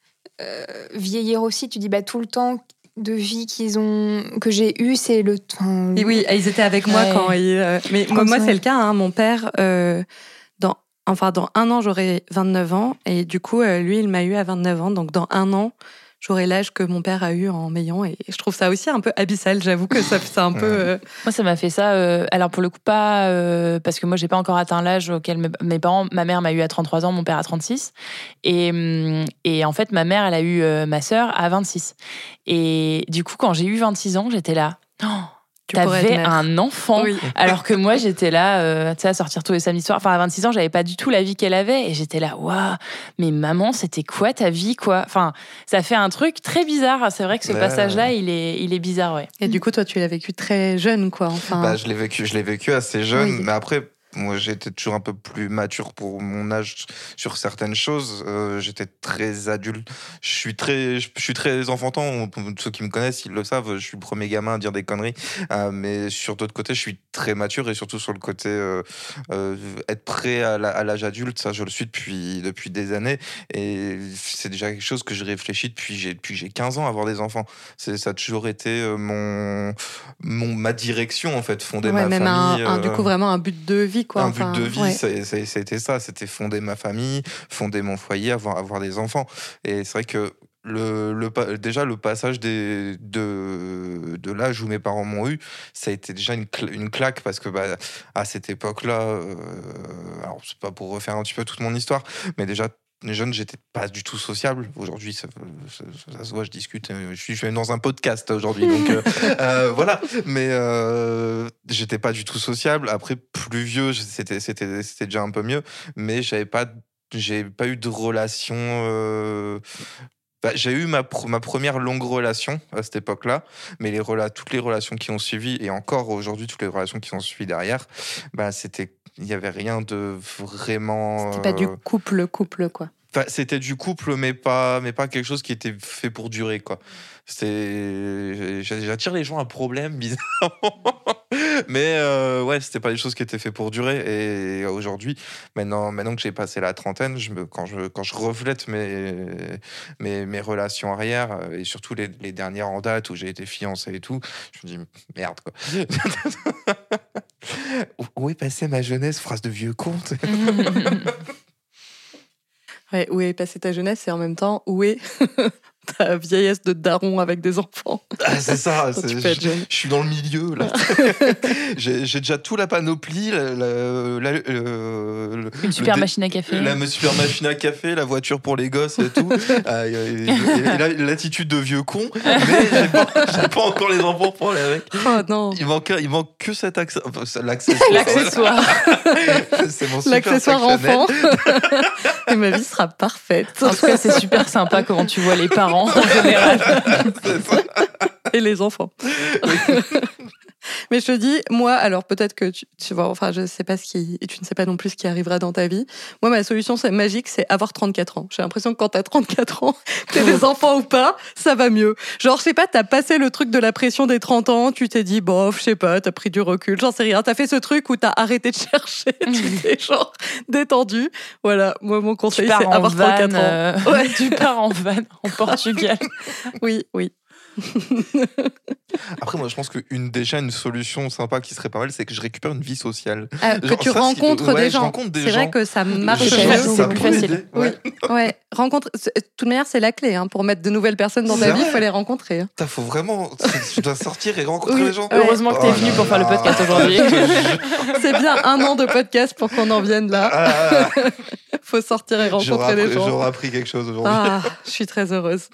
vieillir aussi, tu dis tout le temps de vie que j'ai eu, c'est le temps. Et oui, ils étaient avec moi quand mais moi c'est le cas, hein, mon père dans 1 an j'aurai 29 ans et du coup lui il m'a eu à 29 ans, donc dans 1 an j'aurai l'âge que mon père a eu en m'ayant et je trouve ça aussi un peu abyssal, j'avoue que ça fait un peu... Moi ça m'a fait ça, alors pour le coup pas, parce que moi j'ai pas encore atteint l'âge auquel mes parents, ma mère m'a eu à 33 ans, mon père à 36, et en fait ma mère elle a eu ma sœur à 26, et du coup quand j'ai eu 26 ans j'étais là... T'avais un enfant, alors que moi j'étais là, tu sais, à sortir tous les samedis soirs. Enfin, à 26 ans, j'avais pas du tout la vie qu'elle avait, et j'étais là, waouh, mais maman, c'était quoi ta vie, quoi? Enfin, ça fait un truc très bizarre. C'est vrai que ce passage-là, il est bizarre, ouais. Et du coup, toi, tu l'as vécu très jeune, quoi. Enfin. Je l'ai vécu assez jeune, mais après. moi, j'étais toujours un peu plus mature pour mon âge sur certaines choses. J'étais très adulte. Je suis très enfantin. Ceux qui me connaissent, ils le savent. Je suis le premier gamin à dire des conneries. Mais sur d'autres côtés, je suis très mature et surtout sur le côté être prêt à l'âge adulte. Ça, je le suis depuis des années. Et c'est déjà quelque chose que je réfléchis depuis que j'ai 15 ans à avoir des enfants. Ça a toujours été ma direction, en fait, fonder ma famille. Du coup, vraiment un but de vie, quoi. But de vie, ça a été ça. C'était fonder ma famille, fonder mon foyer, avoir des enfants. Et c'est vrai que déjà le passage de l'âge où mes parents m'ont eu, ça a été déjà une claque parce que à cette époque-là, alors c'est pas pour refaire un petit peu toute mon histoire, mais déjà les jeunes, j'étais pas du tout sociable. Aujourd'hui, ça se voit, je discute. Je suis même dans un podcast aujourd'hui, donc voilà. Mais j'étais pas du tout sociable. Après, plus vieux, c'était déjà un peu mieux. Mais j'ai pas eu de relation. J'ai eu ma première longue relation à cette époque-là, mais toutes les relations qui ont suivi, et encore aujourd'hui, toutes les relations qui ont suivi derrière, il n'y avait rien de vraiment... C'était pas du couple, quoi. C'était du couple, mais pas quelque chose qui était fait pour durer, quoi. J'attire les gens à problème, bizarrement. Mais ouais, c'était pas des choses qui étaient faites pour durer. Et aujourd'hui, maintenant que j'ai passé la trentaine, quand je reflète mes relations arrière, et surtout les dernières en date où j'ai été fiancé et tout, je me dis merde, quoi. Où est passée ma jeunesse, phrase de vieux conte. Ouais, où est passée ta jeunesse et en même temps, où est ta vieillesse de daron avec des enfants. C'est ça, je suis dans le milieu, là. j'ai déjà tout la panoplie, une super machine à café. La super machine à café, la voiture pour les gosses et tout. Et l'attitude de vieux con, mais j'ai pas encore les enfants pour aller avec. Oh non. Il manque que cet l'accessoire. L'accessoire. C'est mon super l'accessoire enfant. Et ma vie sera parfaite. En tout cas, c'est super sympa comment tu vois les parents en général. Et les enfants. Mais je te dis, moi, alors peut-être que tu vois, enfin, je sais pas et tu ne sais pas non plus ce qui arrivera dans ta vie. Moi, ma solution, c'est magique, c'est avoir 34 ans. J'ai l'impression que quand t'as 34 ans, que t'aies des enfants ou pas, ça va mieux. Genre, je sais pas, t'as passé le truc de la pression des 30 ans, tu t'es dit, bof, je sais pas, t'as pris du recul, j'en sais rien. T'as fait ce truc où t'as arrêté de chercher, tu t'es genre détendu. Voilà, moi, mon conseil, c'est avoir 34 ans. Ouais. Tu pars en van en Portugal. Oui. Après, moi, je pense qu'une solution sympa qui serait pas mal, c'est que je récupère une vie sociale. Que tu rencontres des gens. C'est vrai que ça marche. C'est plus facile. Ouais. Rencontre. De toute manière, c'est la clé. Pour mettre de nouvelles personnes dans ta vie, il faut les rencontrer. Faut vraiment. Tu dois sortir et rencontrer les gens. Heureusement que t'es venu pour faire le podcast aujourd'hui. C'est bien 1 an de podcast pour qu'on en vienne là. Faut sortir et rencontrer les gens. J'aurais appris quelque chose aujourd'hui. Je suis très heureuse.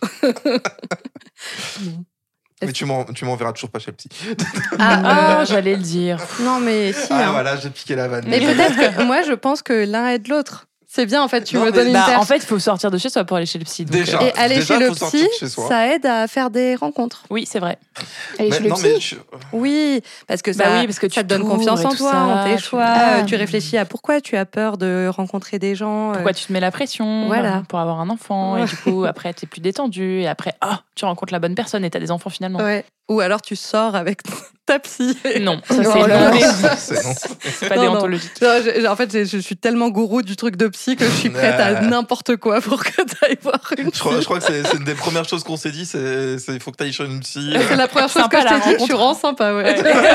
Mais tu m'enverras toujours pas chez le psy. J'allais le dire. Non, mais si. Voilà, j'ai piqué la vanne. Mais peut-être que moi, je pense que l'un aide l'autre. C'est bien, en fait, tu me donnes une perche. En fait, il faut sortir de chez soi pour aller chez le psy. Et aller chez le psy, ça aide à faire des rencontres. Oui, c'est vrai. Aller chez le psy. Oui, parce que ça te donne confiance en toi, en tes choix. Tu réfléchis à pourquoi tu as peur de rencontrer des gens. Pourquoi tu te mets la pression pour avoir un enfant. Et du coup, après, t'es plus détendu. Et après, tu rencontres la bonne personne et t'as des enfants finalement. Ouais. Ou alors tu sors avec ta psy. Non, ça c'est pas déontologique. En fait, je suis tellement gourou du truc de psy que je suis prête à n'importe quoi pour que tu ailles voir une psy. Je crois que c'est une des premières choses qu'on s'est dit, il faut que tu ailles chez une psy. C'est la première chose que je t'ai dit, je suis vraiment sympa, ouais.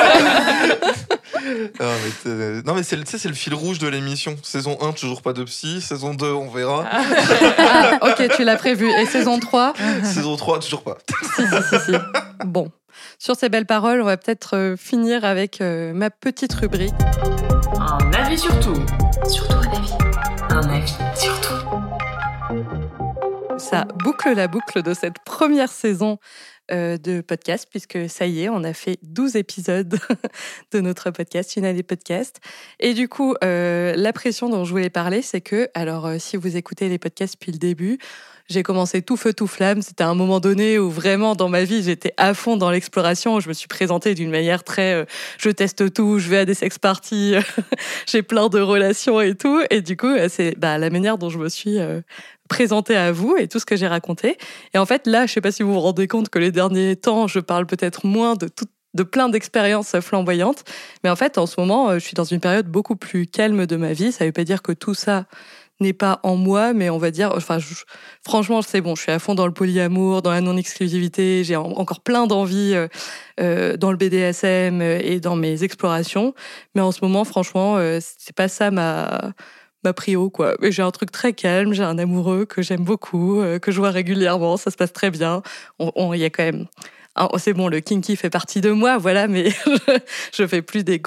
Non mais c'est le fil rouge de l'émission. Saison 1, toujours pas de psy. Saison 2, on verra. Ok, tu l'as prévu. Et saison 3 Saison 3, toujours pas. Si. Bon. Sur ces belles paroles, on va peut-être finir avec ma petite rubrique. Un avis sur tout. Surtout un avis. Un avis sur tout. Ça boucle la boucle de cette première saison de podcast, puisque ça y est, on a fait 12 épisodes de notre podcast, une année podcast. Et du coup, la pression dont je voulais parler, c'est que, alors si vous écoutez les podcasts depuis le début, j'ai commencé tout feu, tout flamme. C'était un moment donné où vraiment, dans ma vie, j'étais à fond dans l'exploration. Je me suis présentée d'une manière très... je teste tout, je vais à des sex-parties, j'ai plein de relations et tout. Et du coup, c'est la manière dont je me suis présentée à vous et tout ce que j'ai raconté. Et en fait, là, je sais pas si vous vous rendez compte que les derniers temps, je parle peut-être moins de plein d'expériences flamboyantes. Mais en fait, en ce moment, je suis dans une période beaucoup plus calme de ma vie. Ça veut pas dire que tout ça n'est pas en moi, mais on va dire, franchement, c'est bon, je suis à fond dans le polyamour, dans la non-exclusivité, j'ai encore plein d'envies dans le BDSM et dans mes explorations, mais en ce moment, franchement, c'est pas ça ma prio, quoi. Mais j'ai un truc très calme, j'ai un amoureux que j'aime beaucoup, que je vois régulièrement, ça se passe très bien. Il y a quand même... c'est bon, le kinky fait partie de moi, voilà, mais je fais plus des des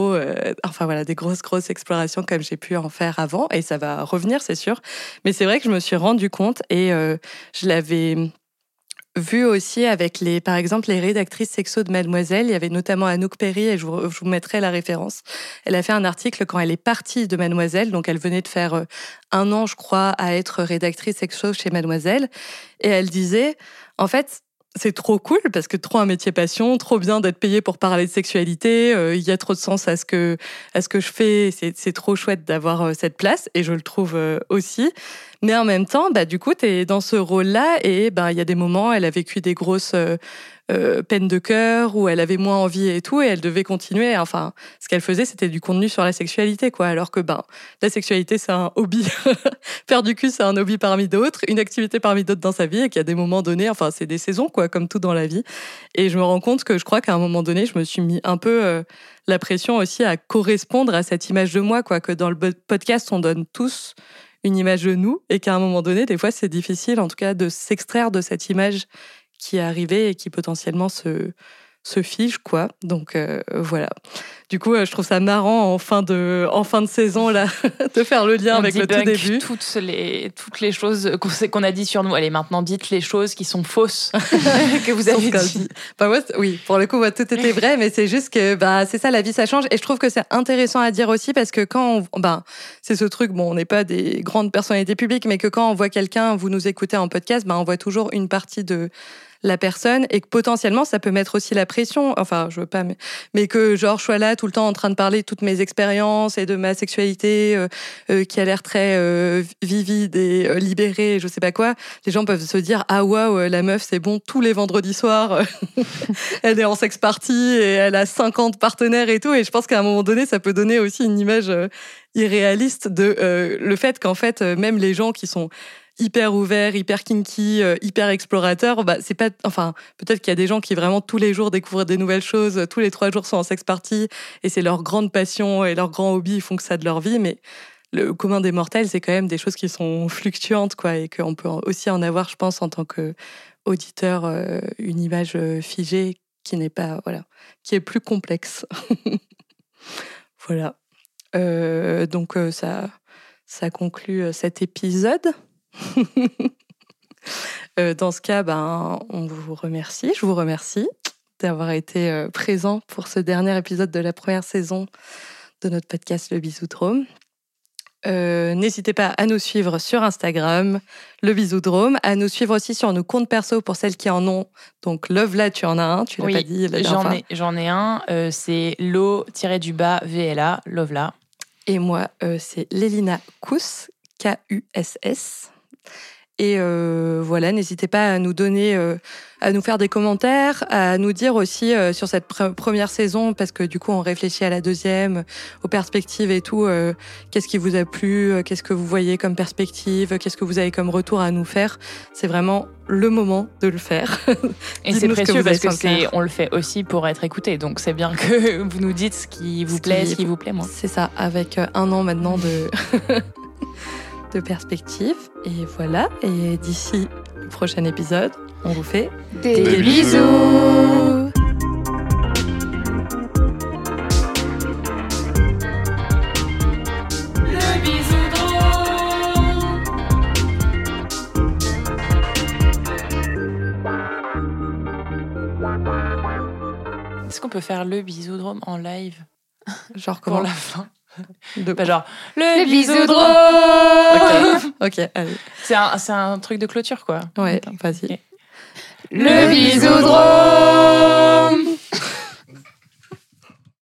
grosses explorations comme j'ai pu en faire avant, et ça va revenir, c'est sûr. Mais c'est vrai que je me suis rendu compte, et je l'avais vu aussi avec par exemple, les rédactrices sexo de Mademoiselle. Il y avait notamment Anouk Perry, et je vous mettrai la référence. Elle a fait un article quand elle est partie de Mademoiselle, donc elle venait de faire 1 an, je crois, à être rédactrice sexo chez Mademoiselle, et elle disait, en fait, c'est trop cool parce que trop un métier passion, trop bien d'être payé pour parler de sexualité, il y a trop de sens à ce que je fais, c'est trop chouette d'avoir cette place, et je le trouve aussi. Mais en même temps, du coup, t'es dans ce rôle-là, et il y a des moments, elle a vécu des grosses peines de cœur, où elle avait moins envie et tout, et elle devait continuer. Enfin, ce qu'elle faisait, c'était du contenu sur la sexualité, quoi. Alors que la sexualité, c'est un hobby. Faire du cul, c'est un hobby parmi d'autres, une activité parmi d'autres dans sa vie, et qu'il y a des moments donnés, enfin, c'est des saisons, quoi, comme tout dans la vie. Et je me rends compte que je crois qu'à un moment donné, je me suis mis un peu la pression aussi à correspondre à cette image de moi, quoi, que dans le podcast, on donne tous une image de nous, et qu'à un moment donné, des fois, c'est difficile, en tout cas, de s'extraire de cette image qui est arrivée et qui potentiellement se fige, quoi. Donc voilà. Du coup, je trouve ça marrant en fin de saison là de faire le lien avec le tout début. Toutes les choses qu'on a dit sur nous. Allez, maintenant dites les choses qui sont fausses que vous avez dit. Oui, pour le coup, tout était vrai, mais c'est juste que c'est ça, la vie, ça change. Et je trouve que c'est intéressant à dire aussi, parce que quand c'est ce truc, on n'est pas des grandes personnalités publiques, mais que quand on voit quelqu'un, vous nous écoutez en podcast, on voit toujours une partie de la personne, et que potentiellement ça peut mettre aussi la pression, enfin je veux pas, mais que genre je sois là tout le temps en train de parler de toutes mes expériences et de ma sexualité qui a l'air très vivide et libérée, je sais pas quoi. Les gens peuvent se dire waouh, la meuf c'est bon, tous les vendredis soirs elle est en sex party et elle a 50 partenaires et tout, et je pense qu'à un moment donné ça peut donner aussi une image irréaliste de le fait qu'en fait même les gens qui sont hyper ouvert, hyper kinky, hyper explorateur, c'est pas, enfin, peut-être qu'il y a des gens qui vraiment tous les jours découvrent des nouvelles choses, tous les 3 jours sont en sex party, et c'est leur grande passion et leur grand hobby, ils font que ça de leur vie, mais le commun des mortels, c'est quand même des choses qui sont fluctuantes, quoi, et qu'on peut aussi en avoir, je pense, en tant qu'auditeur, une image figée qui n'est pas, voilà, qui est plus complexe. Voilà. Donc, ça conclut cet épisode. Dans ce cas, on vous remercie. Je vous remercie d'avoir été présent pour ce dernier épisode de la première saison de notre podcast Le Bisoudrome. N'hésitez pas à nous suivre sur Instagram, Le Bisoudrome, à nous suivre aussi sur nos comptes perso pour celles qui en ont. Donc Lovela, tu en as un, tu l'as pas dit la dernière fois. J'en ai un, c'est lo-VLA, Lovela. Et moi, c'est Lélina Kuss, Kuss. Et voilà, n'hésitez pas à nous donner, à nous faire des commentaires, à nous dire aussi sur cette première saison, parce que du coup on réfléchit à la deuxième, aux perspectives et tout. Qu'est-ce qui vous a plu, qu'est-ce que vous voyez comme perspective, qu'est-ce que vous avez comme retour à nous faire. C'est vraiment le moment de le faire. Et c'est précieux parce que on le fait aussi pour être écouté. Donc c'est bien que vous nous dites ce qui vous plaît, ce qui vous plaît moins. C'est ça, avec 1 an maintenant de perspective. Et voilà, et d'ici le prochain épisode, on vous fait des bisous. Le Bisoudrome. peut faire le bisoudrome en live Genre pour comment la fin. de... Bah, genre, Le le bisoudrome. Ok, allez. C'est un truc de clôture, quoi. Ouais, Ok. vas-y. Le bisoudrome.